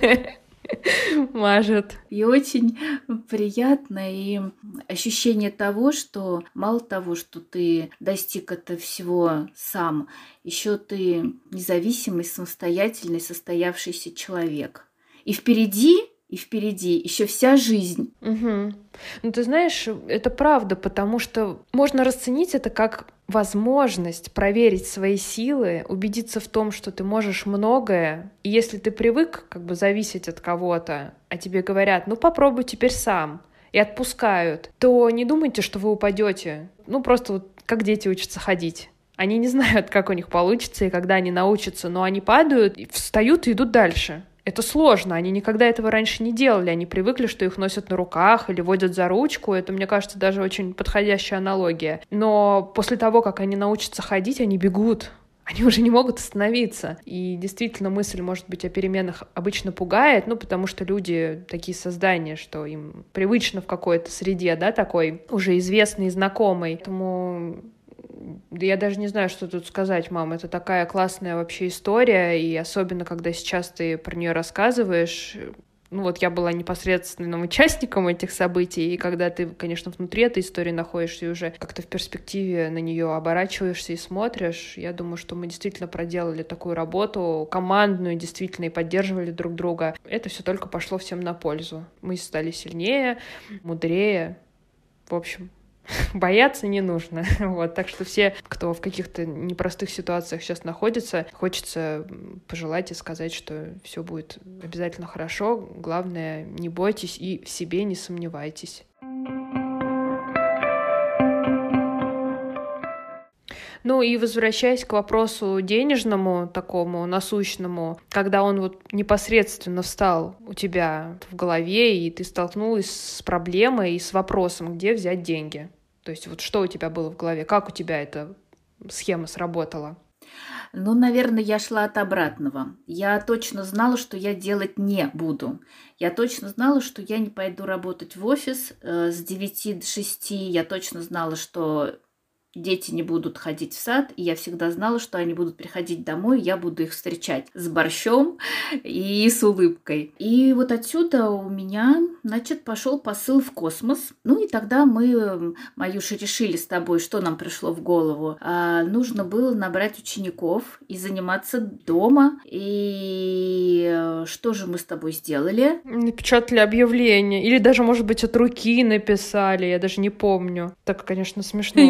мажет. И очень приятно, и ощущение того, что мало того, что ты достиг этого всего сам, еще ты независимый, самостоятельный, состоявшийся человек. И впереди, и впереди еще вся жизнь. Угу. Ну, ты знаешь, это правда, потому что можно расценить это как возможность проверить свои силы, убедиться в том, что ты можешь многое. И если ты привык как бы зависеть от кого-то, а тебе говорят, ну попробуй теперь сам, и отпускают, то не думайте, что вы упадете. Ну просто вот как дети учатся ходить. Они не знают, как у них получится и когда они научатся, но они падают, встают и идут дальше. Это сложно, они никогда этого раньше не делали, они привыкли, что их носят на руках или водят за ручку, это, мне кажется, даже очень подходящая аналогия. Но после того, как они научатся ходить, они бегут, они уже не могут остановиться. И действительно мысль, может быть, о переменах обычно пугает, ну, потому что люди такие создания, что им привычно в какой-то среде, да, такой уже известный и знакомый. Поэтому да я даже не знаю, что тут сказать, мам. Это такая классная вообще история, и особенно, когда сейчас ты про нее рассказываешь. Ну вот я была непосредственным участником этих событий, и когда ты, конечно, внутри этой истории находишься и уже как-то в перспективе на нее оборачиваешься и смотришь, я думаю, что мы действительно проделали такую работу командную, действительно, и поддерживали друг друга. Это все только пошло всем на пользу. Мы стали сильнее, мудрее. В общем, бояться не нужно. Вот. Так что все, кто в каких-то непростых ситуациях сейчас находится, хочется пожелать и сказать, что все будет обязательно хорошо. Главное, не бойтесь и в себе не сомневайтесь. Ну и возвращаясь к вопросу денежному, такому насущному, когда он вот непосредственно встал у тебя в голове, и ты столкнулась с проблемой и с вопросом, где взять деньги. То есть вот что у тебя было в голове, как у тебя эта схема сработала? Ну, наверное, я шла от обратного. Я точно знала, что я делать не буду. Я точно знала, что я не пойду работать в офис э, с девяти до шести. Я точно знала, что дети не будут ходить в сад, и я всегда знала, что они будут приходить домой, и я буду их встречать с борщом и с улыбкой. И вот отсюда у меня, значит, пошел посыл в космос. Ну и тогда мы, Маюша, решили с тобой, что нам пришло в голову. А, нужно было набрать учеников и заниматься дома. И что же мы с тобой сделали? Напечатали объявление. Или даже, может быть, от руки написали. Я даже не помню. Так, конечно, смешно. Да,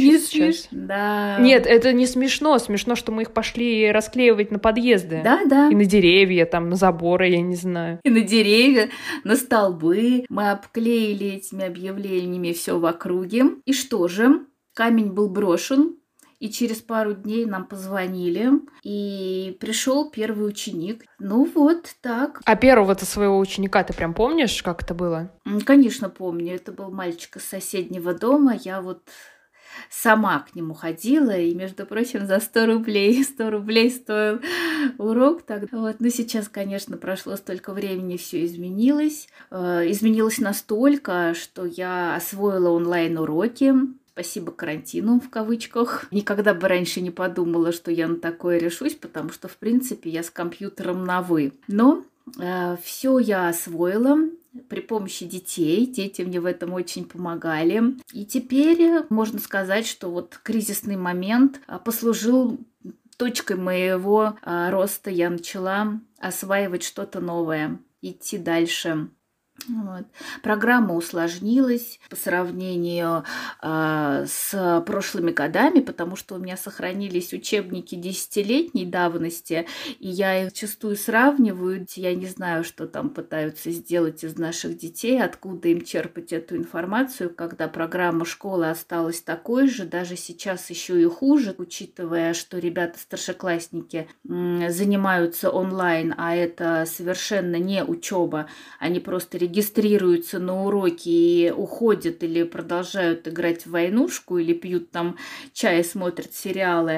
звучит не сейчас. смешно. Да. Нет, это не смешно. Смешно, что мы их пошли расклеивать на подъезды. Да, да. И на деревья, там, на заборы, я не знаю. И на деревья, на столбы. Мы обклеили этими объявлениями все в округе. И что же? Камень был брошен. И через пару дней нам позвонили, и пришел первый ученик. Ну вот так. А первого-то своего ученика ты прям помнишь, как это было? Конечно, помню. Это был мальчик из соседнего дома. Я вот сама к нему ходила, и, между прочим, за сто рублей. сто рублей стоил урок тогда. Вот. Но сейчас, конечно, прошло столько времени, все изменилось. Э, изменилось настолько, что я освоила онлайн-уроки. Спасибо карантину, в кавычках. Никогда бы раньше не подумала, что я на такое решусь, потому что, в принципе, я с компьютером на «вы». Но э, все я освоила при помощи детей. Дети мне в этом очень помогали. И теперь можно сказать, что вот кризисный момент послужил точкой моего э, роста. Я начала осваивать что-то новое, идти дальше. Вот. Программа усложнилась по сравнению э, с прошлыми годами, потому что у меня сохранились учебники десятилетней давности, и я их зачастую сравниваю. Я не знаю, что там пытаются сделать из наших детей, откуда им черпать эту информацию, когда программа школы осталась такой же, даже сейчас еще и хуже, учитывая, что ребята-старшеклассники м, занимаются онлайн, а это совершенно не учеба, они просто регистрируются на уроки и уходят или продолжают играть в войнушку, или пьют там чай, смотрят сериалы.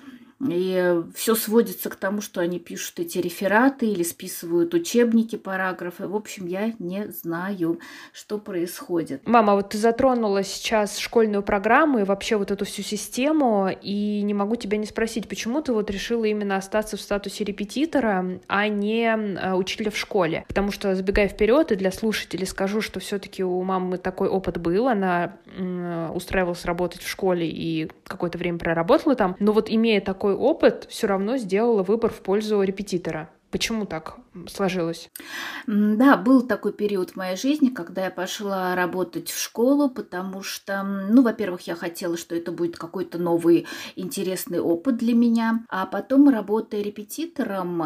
И все сводится к тому, что они пишут эти рефераты или списывают учебники, параграфы. В общем, я не знаю, что происходит. Мама, вот ты затронула сейчас школьную программу и вообще вот эту всю систему, и не могу тебя не спросить, почему ты вот решила именно остаться в статусе репетитора, а не учителя в школе? Потому что, забегая вперед, и для слушателей скажу, что все-таки у мамы такой опыт был, она устраивалась работать в школе и какое-то время проработала там, но вот имея такой опыт, все равно сделала выбор в пользу репетитора. Почему так сложилось? Да, был такой период в моей жизни, когда я пошла работать в школу, потому что, ну, во-первых, я хотела, что это будет какой-то новый интересный опыт для меня, а потом, работая репетитором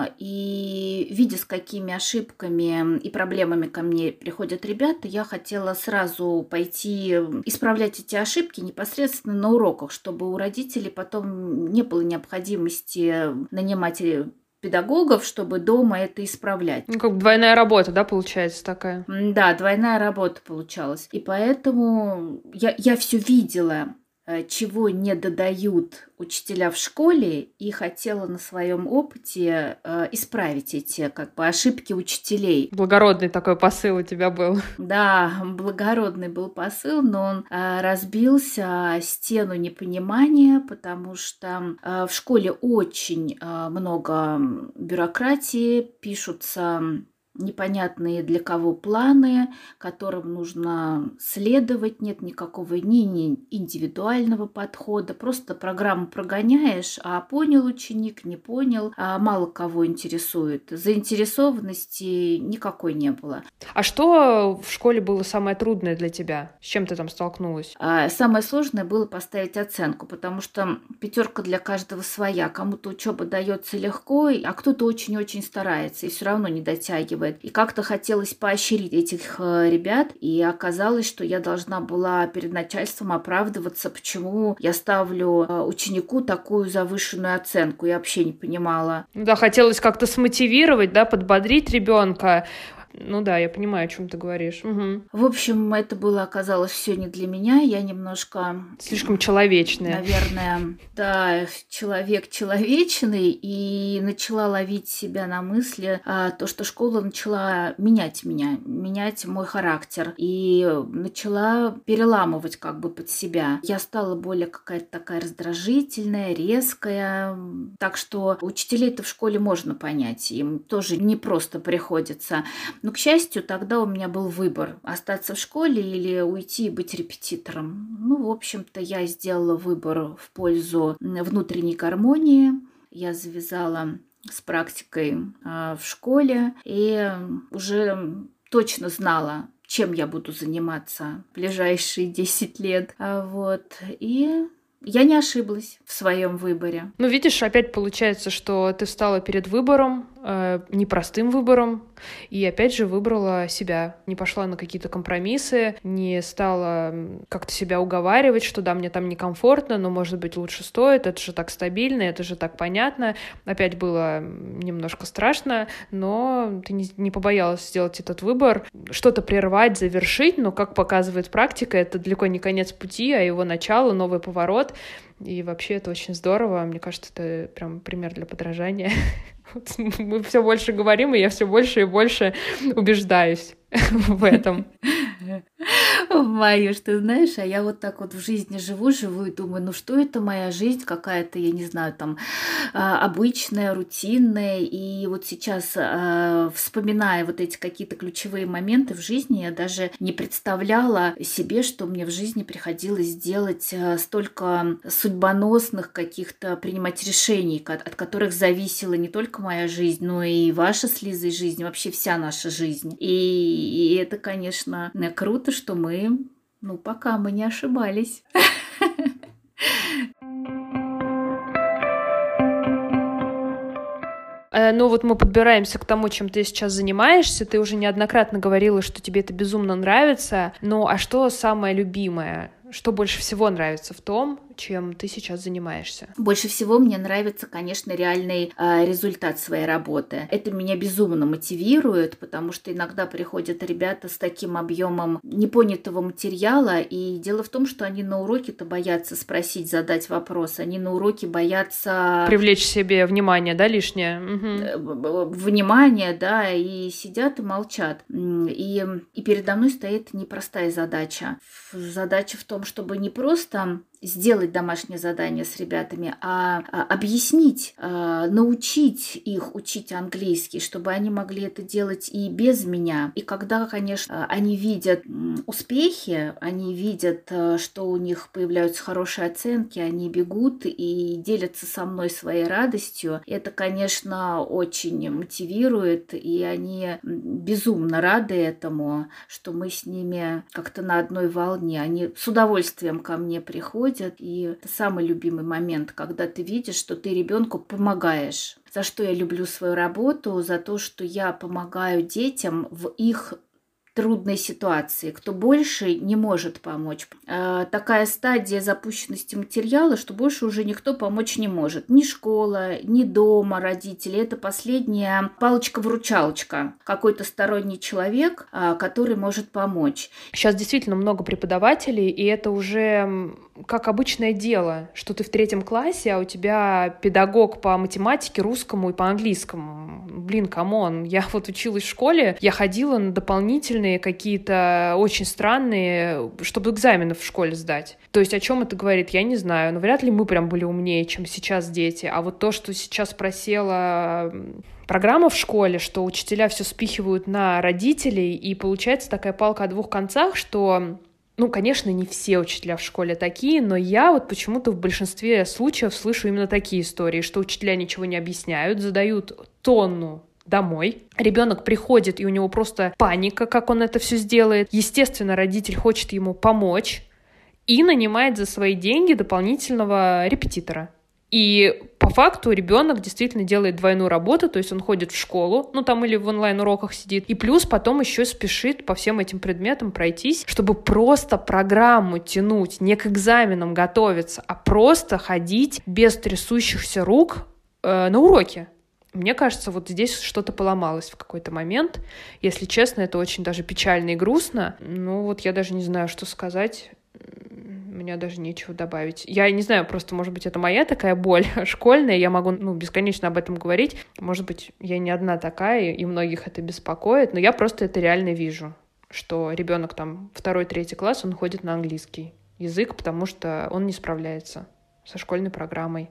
и видя, с какими ошибками и проблемами ко мне приходят ребята, я хотела сразу пойти исправлять эти ошибки непосредственно на уроках, чтобы у родителей потом не было необходимости нанимать педагогов, чтобы дома это исправлять. Ну, как двойная работа, да, получается такая? Да, двойная работа получалась. И поэтому я, я все видела, чего не додают учителя в школе, и хотела на своем опыте э, исправить эти как бы ошибки учителей. Благородный такой посыл у тебя был. Да, благородный был посыл, но он э, разбился о стену непонимания, потому что э, в школе очень э, много бюрократии, пишутся непонятные для кого планы, которым нужно следовать, нет никакого ни индивидуального подхода, просто программу прогоняешь, а понял ученик, не понял, а мало кого интересует. Заинтересованности никакой не было. А что в школе было самое трудное для тебя? С чем ты там столкнулась? А самое сложное было поставить оценку, потому что пятерка для каждого своя. Кому-то учеба дается легко, а кто-то очень-очень старается и все равно не дотягивает. И как-то хотелось поощрить этих ребят, и оказалось, что я должна была перед начальством оправдываться, почему я ставлю ученику такую завышенную оценку. Я вообще не понимала. Да, хотелось как-то смотивировать, да, подбодрить ребенка. Ну да, я понимаю, о чем ты говоришь. Угу. В общем, это было, оказалось, все не для меня. Я немножко... Слишком человечная. Наверное, да, человек человечный. И начала ловить себя на мысли, а, то, что школа начала менять меня, менять мой характер. И начала переламывать как бы под себя. Я стала более какая-то такая раздражительная, резкая. Так что учителей-то в школе можно понять. Им тоже не просто приходится. Но, к счастью, тогда у меня был выбор – остаться в школе или уйти и быть репетитором. Ну, в общем-то, я сделала выбор в пользу внутренней гармонии. Я завязала с практикой э, в школе и уже точно знала, чем я буду заниматься в ближайшие десять лет. А вот. И я не ошиблась в своем выборе. Ну, видишь, опять получается, что ты встала перед выбором, э, непростым выбором, и опять же выбрала себя. Не пошла на какие-то компромиссы, не стала как-то себя уговаривать, что да, мне там некомфортно, но, может быть, лучше стоит, это же так стабильно, это же так понятно. Опять было немножко страшно, но ты не, не побоялась сделать этот выбор, что-то прервать, завершить, но, как показывает практика, это далеко не конец пути, а его начало, новый поворот. И вообще это очень здорово. Мне кажется, это прям пример для подражания. Мы все больше говорим, и я все больше и больше убеждаюсь в этом. Маюш, ты знаешь, а я вот так вот в жизни живу, живу и думаю, ну что это моя жизнь какая-то, я не знаю, там а, обычная, рутинная. И вот сейчас, а, вспоминая вот эти какие-то ключевые моменты в жизни, я даже не представляла себе, что мне в жизни приходилось делать а, столько судьбоносных каких-то, принимать решений, ко- от которых зависела не только моя жизнь, но и ваша с Лизой жизнь, вообще вся наша жизнь. И, и это, конечно, круто, что мы, ну, пока мы не ошибались. Ну вот мы подбираемся к тому, чем ты сейчас занимаешься. Ты уже неоднократно говорила, что тебе это безумно нравится. Ну а что самое любимое? Что больше всего нравится в том, чем ты сейчас занимаешься? Больше всего мне нравится, конечно, реальный э, результат своей работы. Это меня безумно мотивирует, потому что иногда приходят ребята с таким объемом непонятого материала, и дело в том, что они на уроке-то боятся спросить, задать вопрос, они на уроке боятся... Привлечь себе внимание, да, лишнее? Угу. Внимание, да, и сидят и молчат. И, и передо мной стоит непростая задача. Задача в том, чтобы не просто сделать домашнее задание с ребятами, а, а объяснить, а, научить их учить английский, чтобы они могли это делать и без меня. И когда, конечно, они видят успехи, они видят, что у них появляются хорошие оценки, они бегут и делятся со мной своей радостью. Это, конечно, очень мотивирует, и они безумно рады этому, что мы с ними как-то на одной волне. Они с удовольствием ко мне приходят. И это самый любимый момент, когда ты видишь, что ты ребенку помогаешь. За что я люблю свою работу? За то, что я помогаю детям в их трудной ситуации, кто больше не может помочь. Э, такая стадия запущенности материала, что больше уже никто помочь не может. Ни школа, ни дома родители. Это последняя палочка-выручалочка. Какой-то сторонний человек, э, который может помочь. Сейчас действительно много преподавателей, и это уже как обычное дело, что ты в третьем классе, а у тебя педагог по математике, русскому и по английскому. Блин, камон, я вот училась в школе, я ходила на дополнительные какие-то очень странные, чтобы экзамены в школе сдать. То есть о чем это говорит, я не знаю, но вряд ли мы прям были умнее, чем сейчас дети. А вот то, что сейчас просела программа в школе, что учителя все спихивают на родителей, и получается такая палка о двух концах, что... Ну, конечно, не все учителя в школе такие, но я вот почему-то в большинстве случаев слышу именно такие истории, что учителя ничего не объясняют, задают тонну домой. Ребенок приходит, и у него просто паника, как он это все сделает. Естественно, родитель хочет ему помочь и нанимает за свои деньги дополнительного репетитора. И по факту ребенок действительно делает двойную работу, то есть он ходит в школу, ну там или в онлайн-уроках сидит, и плюс потом еще спешит по всем этим предметам пройтись, чтобы просто программу тянуть, не к экзаменам готовиться, а просто ходить без трясущихся рук э, на уроки. Мне кажется, вот здесь что-то поломалось в какой-то момент. Если честно, это очень даже печально и грустно. Ну вот я даже не знаю, что сказать. У меня даже нечего добавить. Я не знаю, просто, может быть, это моя такая боль школьная, я могу, ну, бесконечно об этом говорить. Может быть, я не одна такая, и многих это беспокоит, но я просто это реально вижу, что ребенок там второй, третий класс, он ходит на английский язык, потому что он не справляется со школьной программой.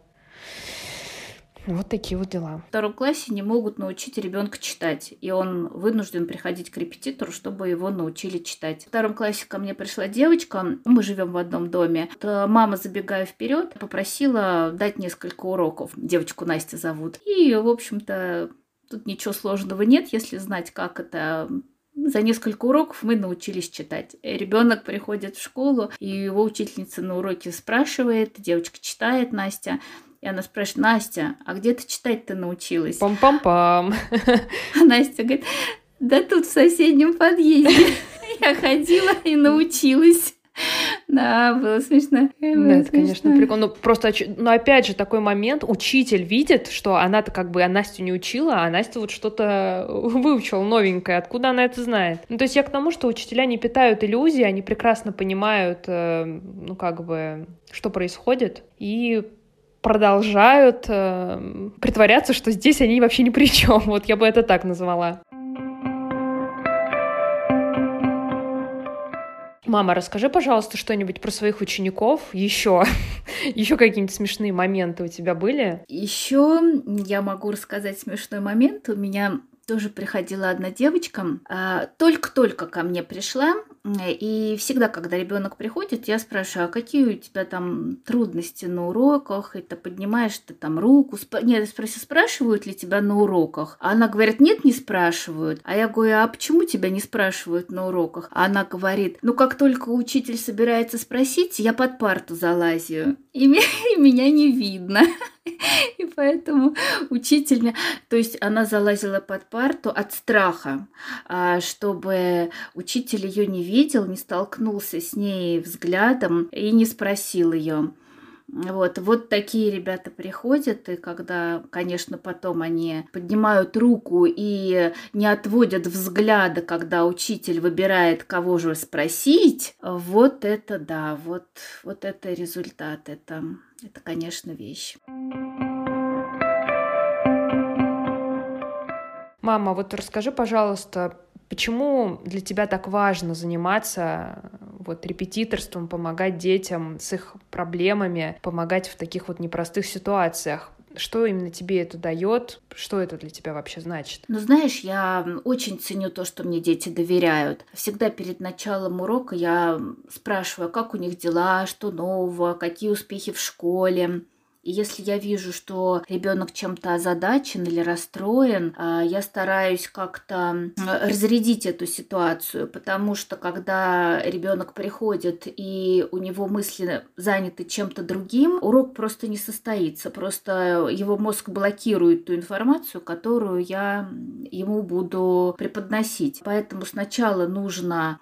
Вот такие вот дела. В втором классе не могут научить ребенка читать, и он вынужден приходить к репетитору, чтобы его научили читать. В втором классе ко мне пришла девочка, мы живем в одном доме. Мама, забегая вперед, попросила дать несколько уроков. Девочку Настя зовут. И, в общем-то, тут ничего сложного нет, если знать, как это За несколько уроков мы научились читать. Ребенок приходит в школу, и его учительница на уроке спрашивает, девочка читает, Настя, и она спрашивает: Настя, а где ты читать-то научилась? Пам-пам-пам. А Настя говорит: да тут в соседнем подъезде я ходила и научилась. Да, было смешно. Да, было это, смешно. Конечно, прикольно. Ну, просто, ну, опять же, такой момент. Учитель видит, что она-то как бы, а Настю не учила, а Настя вот что-то выучила новенькое. Откуда она это знает? Ну, то есть я к тому, что учителя не питают иллюзий, они прекрасно понимают, э, ну, как бы, что происходит, и продолжают э, притворяться, что здесь они вообще ни при чем. Вот я бы это так назвала. Мама, расскажи, пожалуйста, что-нибудь про своих учеников. Еще, еще какие-нибудь смешные моменты у тебя были? Еще я могу рассказать смешной момент. У меня тоже приходила одна девочка, только-только ко мне пришла, и всегда, когда ребенок приходит, я спрашиваю: а какие у тебя там трудности на уроках, и ты поднимаешь ты там руку, спа... нет, спроси, спрашивают ли тебя на уроках, а она говорит: нет, не спрашивают, а я говорю: а почему тебя не спрашивают на уроках? А она говорит: ну как только учитель собирается спросить, я под парту залазю, и, и меня не видно. И поэтому учитель меня... То есть она залазила под парту от страха, чтобы учитель ее не видел, не столкнулся с ней взглядом и не спросил ее. Вот, вот такие ребята приходят, и когда, конечно, потом они поднимают руку и не отводят взгляда, когда учитель выбирает, кого же спросить, вот это да, вот, вот это результат, это, это, конечно, вещь. Мама, вот расскажи, пожалуйста, почему для тебя так важно заниматься вот репетиторством, помогать детям с их проблемами, помогать в таких вот непростых ситуациях? Что именно тебе это дает? Что это для тебя вообще значит? Ну, знаешь, я очень ценю то, что мне дети доверяют. Всегда перед началом урока я спрашиваю, как у них дела, что нового, какие успехи в школе. И если я вижу, что ребенок чем-то озадачен или расстроен, я стараюсь как-то разрядить эту ситуацию, потому что когда ребенок приходит и у него мысли заняты чем-то другим, урок просто не состоится, просто его мозг блокирует ту информацию, которую я ему буду преподносить. Поэтому сначала нужно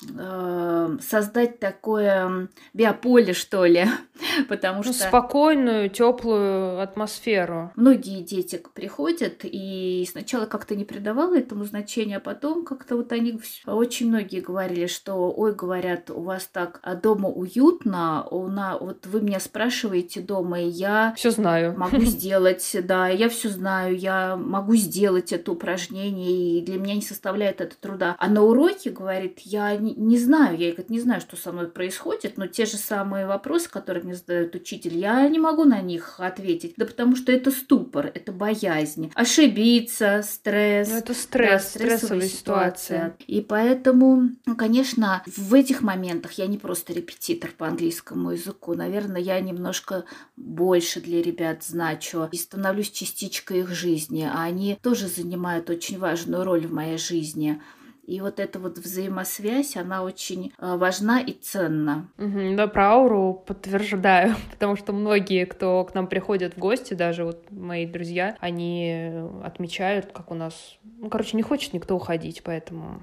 э, создать такое биополе, что ли, потому что... Ну, спокойную, теплую атмосферу. Многие дети приходят, и сначала как-то не придавала этому значения, а потом как-то вот они... Очень многие говорили, что, ой, говорят, у вас так дома уютно, у нас... вот вы меня спрашиваете дома, и я... Все знаю. Могу сделать, да, я все знаю, я могу сделать это упражнение, и для меня не составляет это труда. А на уроке, говорит, я не, не знаю, я говорит, не знаю, что со мной происходит, но те же самые вопросы, которые мне задает учитель, я не могу на них ответить. Да потому что это ступор, это боязнь. Ошибиться, стресс. Ну, это стресс, да, стрессовая, стрессовая ситуация. ситуация. И поэтому, ну, конечно, в этих моментах я не просто репетитор по английскому языку. Наверное, я немножко больше для ребят значу и становлюсь частичкой их жизни. А они тоже занимают очень важную роль в моей жизни. И вот эта вот взаимосвязь, она очень важна и ценна. Угу, да, про ауру подтверждаю, потому что многие, кто к нам приходят в гости, даже вот мои друзья, они отмечают, как у нас... Ну, короче, не хочет никто уходить, поэтому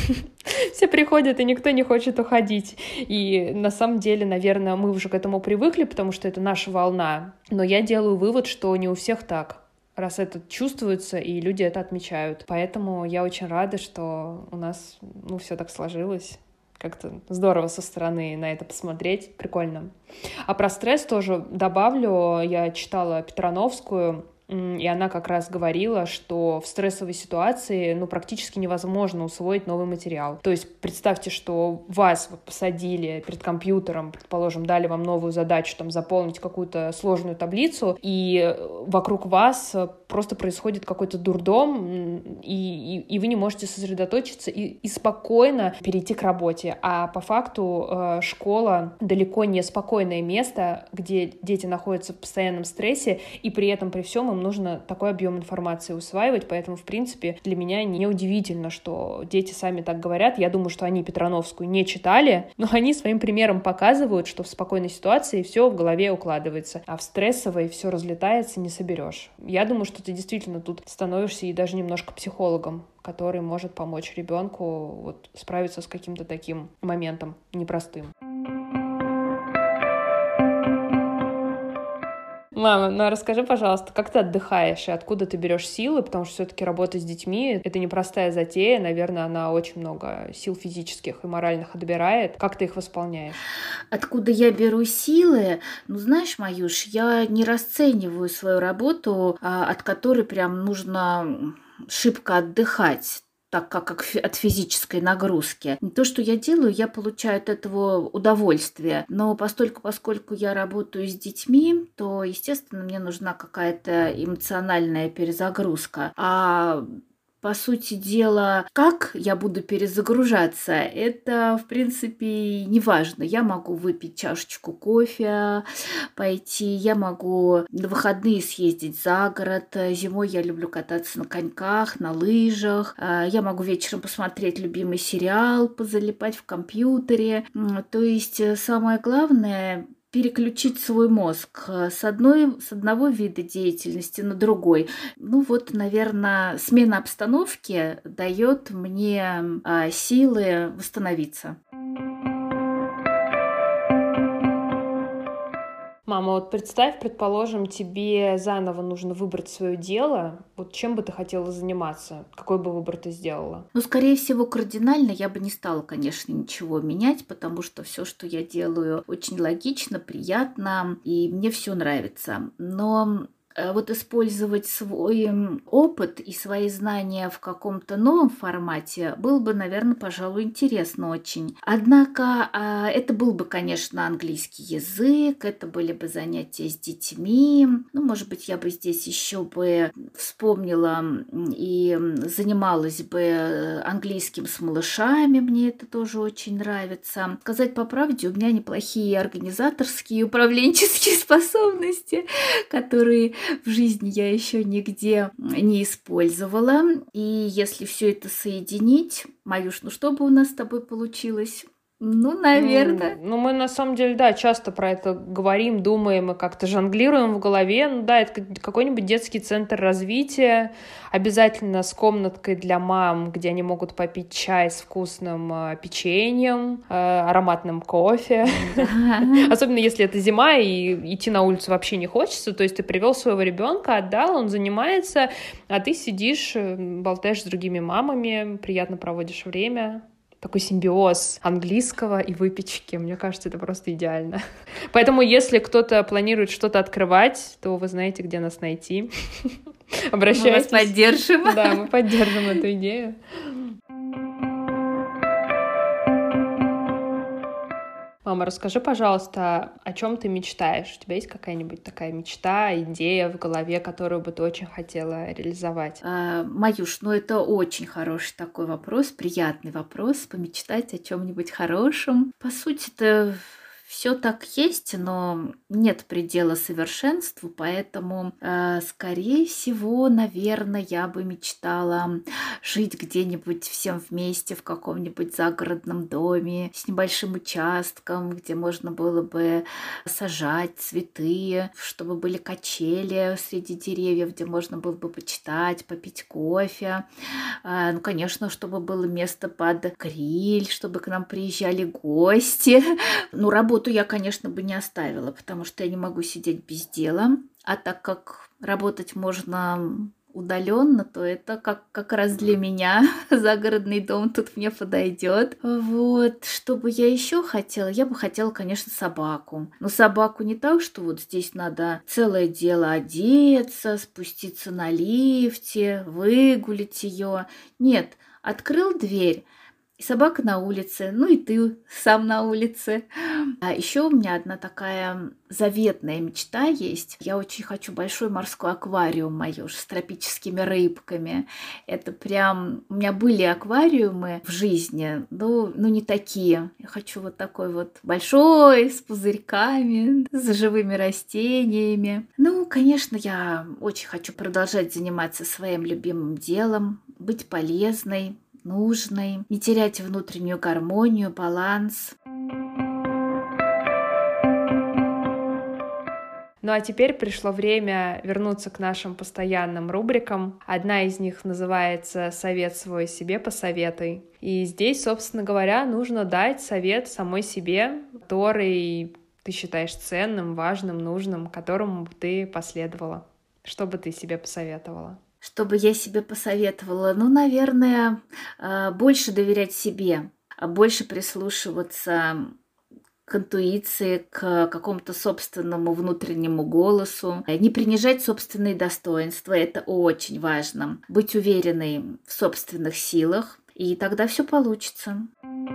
все приходят, и никто не хочет уходить. И на самом деле, наверное, мы уже к этому привыкли, потому что это наша волна. Но я делаю вывод, что не у всех так, раз это чувствуется, и люди это отмечают. Поэтому я очень рада, что у нас, ну, все так сложилось. Как-то здорово со стороны на это посмотреть. Прикольно. А про стресс тоже добавлю. Я читала Петрановскую, и она как раз говорила, что в стрессовой ситуации, ну, практически невозможно усвоить новый материал. То есть представьте, что вас вот посадили перед компьютером, предположим, дали вам новую задачу, там, заполнить какую-то сложную таблицу, и вокруг вас просто происходит какой-то дурдом, и, и, и вы не можете сосредоточиться и, и спокойно перейти к работе. А по факту э, школа далеко не спокойное место, где дети находятся в постоянном стрессе, и при этом при всем им взрослым нужно такой объем информации усваивать, поэтому, в принципе, для меня неудивительно, что дети сами так говорят. Я думаю, что они Петрановскую не читали, но они своим примером показывают, что в спокойной ситуации все в голове укладывается, а в стрессовой все разлетается, не соберешь. Я думаю, что ты действительно тут становишься и даже немножко психологом, который может помочь ребенку вот справиться с каким-то таким моментом непростым. Мама, ну а расскажи, пожалуйста, как ты отдыхаешь и откуда ты берешь силы, потому что все-таки работа с детьми — это непростая затея, наверное, она очень много сил физических и моральных отбирает. Как ты их восполняешь? Откуда я беру силы? Ну, знаешь, Маюш, я не расцениваю свою работу, а, от которой прям нужно шибко отдыхать, так как, как фи- от физической нагрузки. То, что я делаю, я получаю от этого удовольствие. Но постольку, поскольку я работаю с детьми, то, естественно, мне нужна какая-то эмоциональная перезагрузка. А по сути дела, как я буду перезагружаться, это, в принципе, не важно. Я могу выпить чашечку кофе, пойти, я могу на выходные съездить за город. Зимой я люблю кататься на коньках, на лыжах. А, Я могу вечером посмотреть любимый сериал, позалипать в компьютере. М, То есть э, самое главное переключить свой мозг э, с одной, с одного вида деятельности на другой. Ну вот, наверное, смена обстановки дает мне а, силы восстановиться. Мама, вот представь, предположим, тебе заново нужно выбрать свое дело. Вот чем бы ты хотела заниматься? Какой бы выбор ты сделала? Ну, скорее всего, кардинально я бы не стала, конечно, ничего менять, потому что все, что я делаю, очень логично, приятно, и мне все нравится. Но э, вот использовать свой м, опыт и свои знания в каком-то новом формате было бы, наверное, пожалуй, интересно очень. Однако а, это был бы, конечно, английский язык, это были бы занятия с детьми. Ну, может быть, я бы здесь еще бы вспомнила м, и м, занималась бы э, английским с малышами, мне это тоже очень нравится. Сказать по правде, у меня неплохие организаторские и управленческие способности, которые в жизни я еще нигде не использовала. И если все это соединить, Маюш, ну что бы у нас с тобой получилось? Ну, наверное. Ну, ну, мы на самом деле, да, часто про это говорим, думаем и как-то жонглируем в голове. Ну да, это как- какой-нибудь детский центр развития, обязательно с комнаткой для мам, где они могут попить чай с вкусным э, печеньем, э, ароматным кофе. Да. Особенно если это зима и идти на улицу вообще не хочется. То есть ты привел своего ребенка, отдал, он занимается, а ты сидишь, э, болтаешь с другими мамами, приятно проводишь время. Такой симбиоз английского и выпечки. Мне кажется, это просто идеально. Поэтому, если кто-то планирует что-то открывать, то вы знаете, где нас найти. Мы Обращайтесь. вас поддержим. Да, мы поддержим эту идею. Мама, расскажи, пожалуйста, о чем ты мечтаешь? У тебя есть какая-нибудь такая мечта, идея в голове, которую бы ты очень хотела реализовать? А, Маюш, ну это очень хороший такой вопрос, приятный вопрос, помечтать о чем-нибудь хорошем. По сути-то все так есть, но нет предела совершенству, поэтому, э, скорее всего, наверное, я бы мечтала жить где-нибудь всем вместе в каком-нибудь загородном доме с небольшим участком, где можно было бы сажать цветы, чтобы были качели среди деревьев, где можно было бы почитать, попить кофе. А, Ну, конечно, чтобы было место под гриль, чтобы к нам приезжали гости. Ну, работу я, конечно, бы не оставила, потому что я не могу сидеть без дела. А так как работать можно удаленно, то это как, как раз для меня загородный дом тут мне подойдет. Вот, что бы я еще хотела? Я бы хотела, конечно, собаку. Но собаку не так, что вот здесь надо целое дело одеться, спуститься на лифте, выгулить ее. Нет, открыл дверь, И собака на улице, ну и ты сам на улице. А еще у меня одна такая заветная мечта есть. Я очень хочу большой морской аквариум мою с тропическими рыбками. Это прям... У меня были аквариумы в жизни, но, но не такие. Я хочу вот такой вот большой, с пузырьками, с живыми растениями. Ну, конечно, я очень хочу продолжать заниматься своим любимым делом, быть полезной, нужной, не терять внутреннюю гармонию, баланс. Ну а теперь пришло время вернуться к нашим постоянным рубрикам. Одна из них называется «Совет свой себе посоветуй». И здесь, собственно говоря, нужно дать совет самой себе, который ты считаешь ценным, важным, нужным, которому бы ты последовала. Что бы ты себе посоветовала? Что бы я себе посоветовала? Ну, наверное, больше доверять себе, больше прислушиваться к интуиции, к какому-то собственному внутреннему голосу, не принижать собственные достоинства, это очень важно. Быть уверенной в собственных силах, и тогда все получится.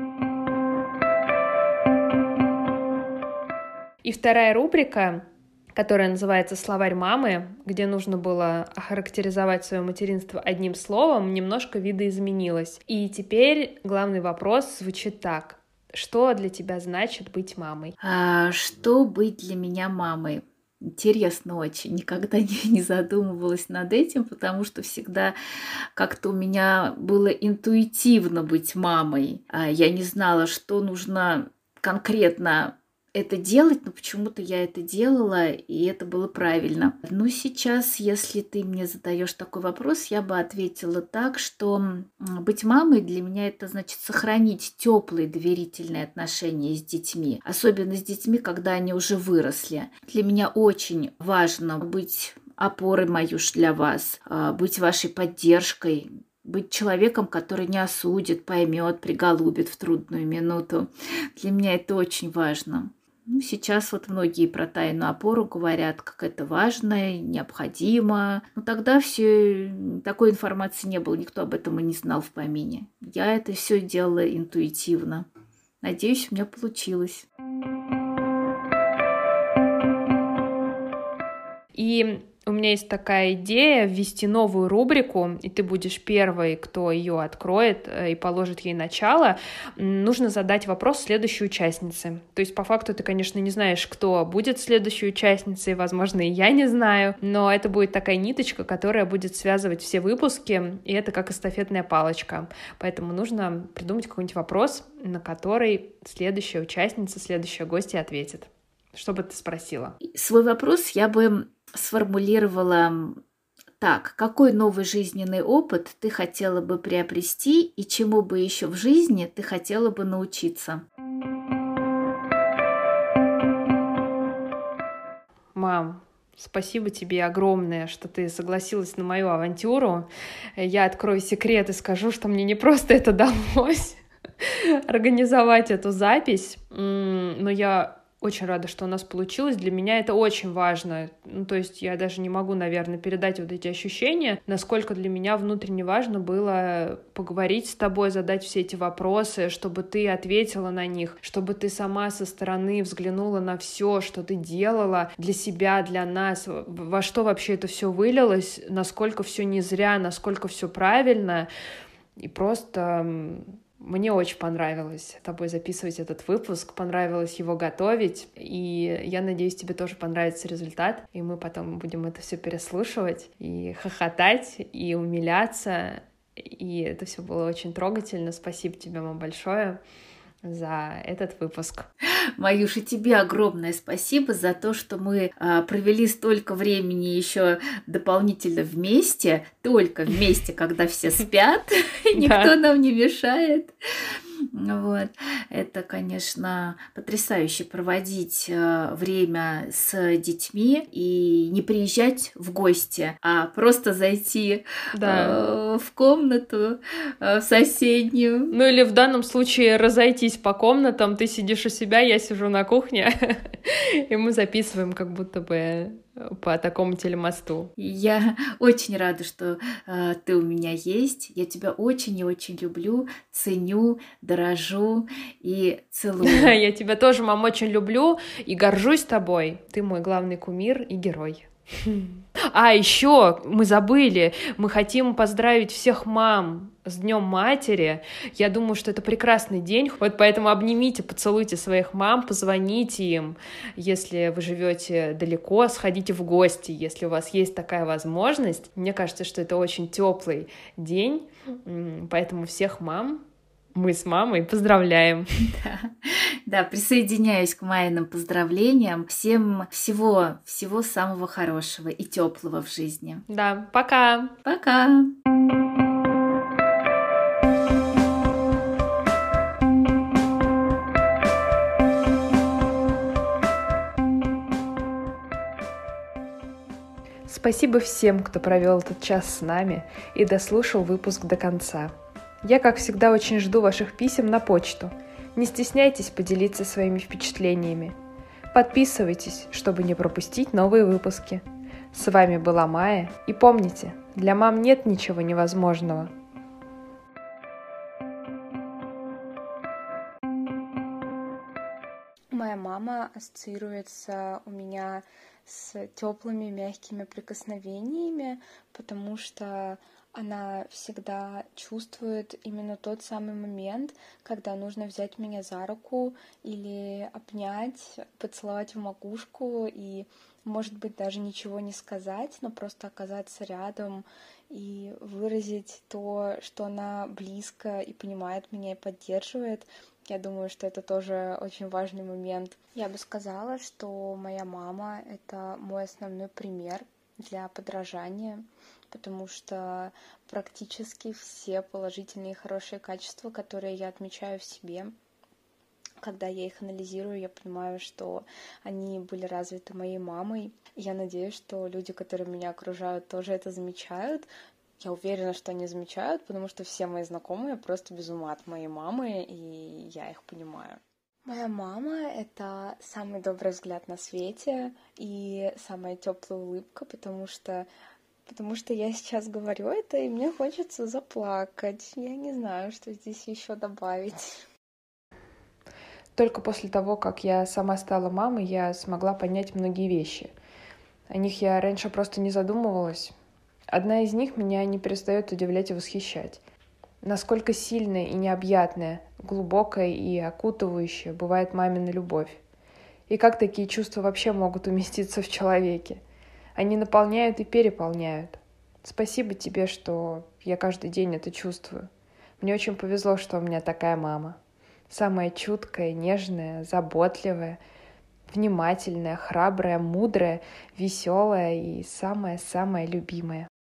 И вторая рубрика, которая называется «Словарь мамы», где нужно было охарактеризовать свое материнство одним словом, немножко видоизменилась. И теперь главный вопрос звучит так. Что для тебя значит быть мамой? А, что быть для меня мамой? Интересно очень. Никогда не, не задумывалась над этим, потому что всегда как-то у меня было интуитивно быть мамой. А я не знала, что нужно конкретно это делать, но почему-то я это делала, и это было правильно. Но сейчас, если ты мне задаешь такой вопрос, я бы ответила так, что быть мамой для меня это значит сохранить теплые доверительные отношения с детьми, особенно с детьми, когда они уже выросли. Для меня очень важно быть опорой мою для вас, быть вашей поддержкой, быть человеком, который не осудит, поймет, приголубит в трудную минуту. Для меня это очень важно. Ну, сейчас вот многие про тайную опору говорят, как это важно, необходимо. Но тогда все, такой информации не было, никто об этом и не знал в помине. Я это все делала интуитивно. Надеюсь, у меня получилось. И у меня есть такая идея ввести новую рубрику, и ты будешь первой, кто ее откроет и положит ей начало. Нужно задать вопрос следующей участнице. То есть, по факту, ты, конечно, не знаешь, кто будет следующей участницей, возможно, и я не знаю, но это будет такая ниточка, которая будет связывать все выпуски, и это как эстафетная палочка. Поэтому нужно придумать какой-нибудь вопрос, на который следующая участница, следующая гостья ответит. Что бы ты спросила? Свой вопрос я бы сформулировала так. Какой новый жизненный опыт ты хотела бы приобрести и чему бы еще в жизни ты хотела бы научиться? Мам, спасибо тебе огромное, что ты согласилась на мою авантюру. Я открою секрет и скажу, что мне не просто это далось организовать эту запись, но я очень рада, что у нас получилось. Для меня это очень важно. Ну, то есть я даже не могу, наверное, передать вот эти ощущения, насколько для меня внутренне важно было поговорить с тобой, задать все эти вопросы, чтобы ты ответила на них, чтобы ты сама со стороны взглянула на все, что ты делала для себя, для нас, во что вообще это все вылилось, насколько все не зря, насколько все правильно. И просто... Мне очень понравилось с тобой записывать этот выпуск, понравилось его готовить, и я надеюсь, тебе тоже понравится результат, и мы потом будем это все переслушивать, и хохотать, и умиляться, и это все было очень трогательно. Спасибо тебе, мам, большое за этот выпуск. Маюша, тебе огромное спасибо за то, что мы а, провели столько времени еще дополнительно вместе, только вместе, когда все спят, никто нам не мешает. Вот. Это, конечно, потрясающе проводить э, время с детьми и не приезжать в гости, а просто зайти да. э, в комнату, э, в соседнюю. Ну или в данном случае разойтись по комнатам. Ты сидишь у себя, я сижу на кухне, и мы записываем как будто бы по такому телемосту. Я очень рада, что э, ты у меня есть. Я тебя очень и очень люблю, ценю, дорожу и целую. Я тебя тоже, мам, очень люблю и горжусь тобой. Ты мой главный кумир и герой. А, еще мы забыли, мы хотим поздравить всех мам с Днем Матери. Я думаю, что это прекрасный день, вот поэтому обнимите, поцелуйте своих мам, позвоните им, если вы живете далеко, сходите в гости, если у вас есть такая возможность. Мне кажется, что это очень теплый день, поэтому всех мам мы с мамой поздравляем. Да, да, присоединяюсь к Майиным поздравлениям. Всем всего, всего самого хорошего и теплого в жизни. Да, пока! Пока! Спасибо всем, кто провел этот час с нами и дослушал выпуск до конца. Я, как всегда, очень жду ваших писем на почту. Не стесняйтесь поделиться своими впечатлениями. Подписывайтесь, чтобы не пропустить новые выпуски. С вами была Майя, и помните, для мам нет ничего невозможного. Моя мама ассоциируется у меня с теплыми, мягкими прикосновениями, потому что она всегда чувствует именно тот самый момент, когда нужно взять меня за руку или обнять, поцеловать в макушку и, может быть, даже ничего не сказать, но просто оказаться рядом и выразить то, что она близко и понимает меня и поддерживает. Я думаю, что это тоже очень важный момент. Я бы сказала, что моя мама — это мой основной пример для подражания, потому что практически все положительные и хорошие качества, которые я отмечаю в себе, когда я их анализирую, я понимаю, что они были развиты моей мамой. Я надеюсь, что люди, которые меня окружают, тоже это замечают. Я уверена, что они замечают, потому что все мои знакомые просто без ума от моей мамы, и я их понимаю. Моя мама — это самый добрый взгляд на свете и самая теплая улыбка, потому что потому что я сейчас говорю это, и мне хочется заплакать. Я не знаю, что здесь еще добавить. Только после того, как я сама стала мамой, я смогла понять многие вещи. О них я раньше просто не задумывалась. Одна из них меня не перестает удивлять и восхищать. Насколько сильная и необъятная, глубокая и окутывающая бывает мамина любовь. И как такие чувства вообще могут уместиться в человеке. Они наполняют и переполняют. Спасибо тебе, что я каждый день это чувствую. Мне очень повезло, что у меня такая мама. Самая чуткая, нежная, заботливая, внимательная, храбрая, мудрая, веселая и самая-самая любимая.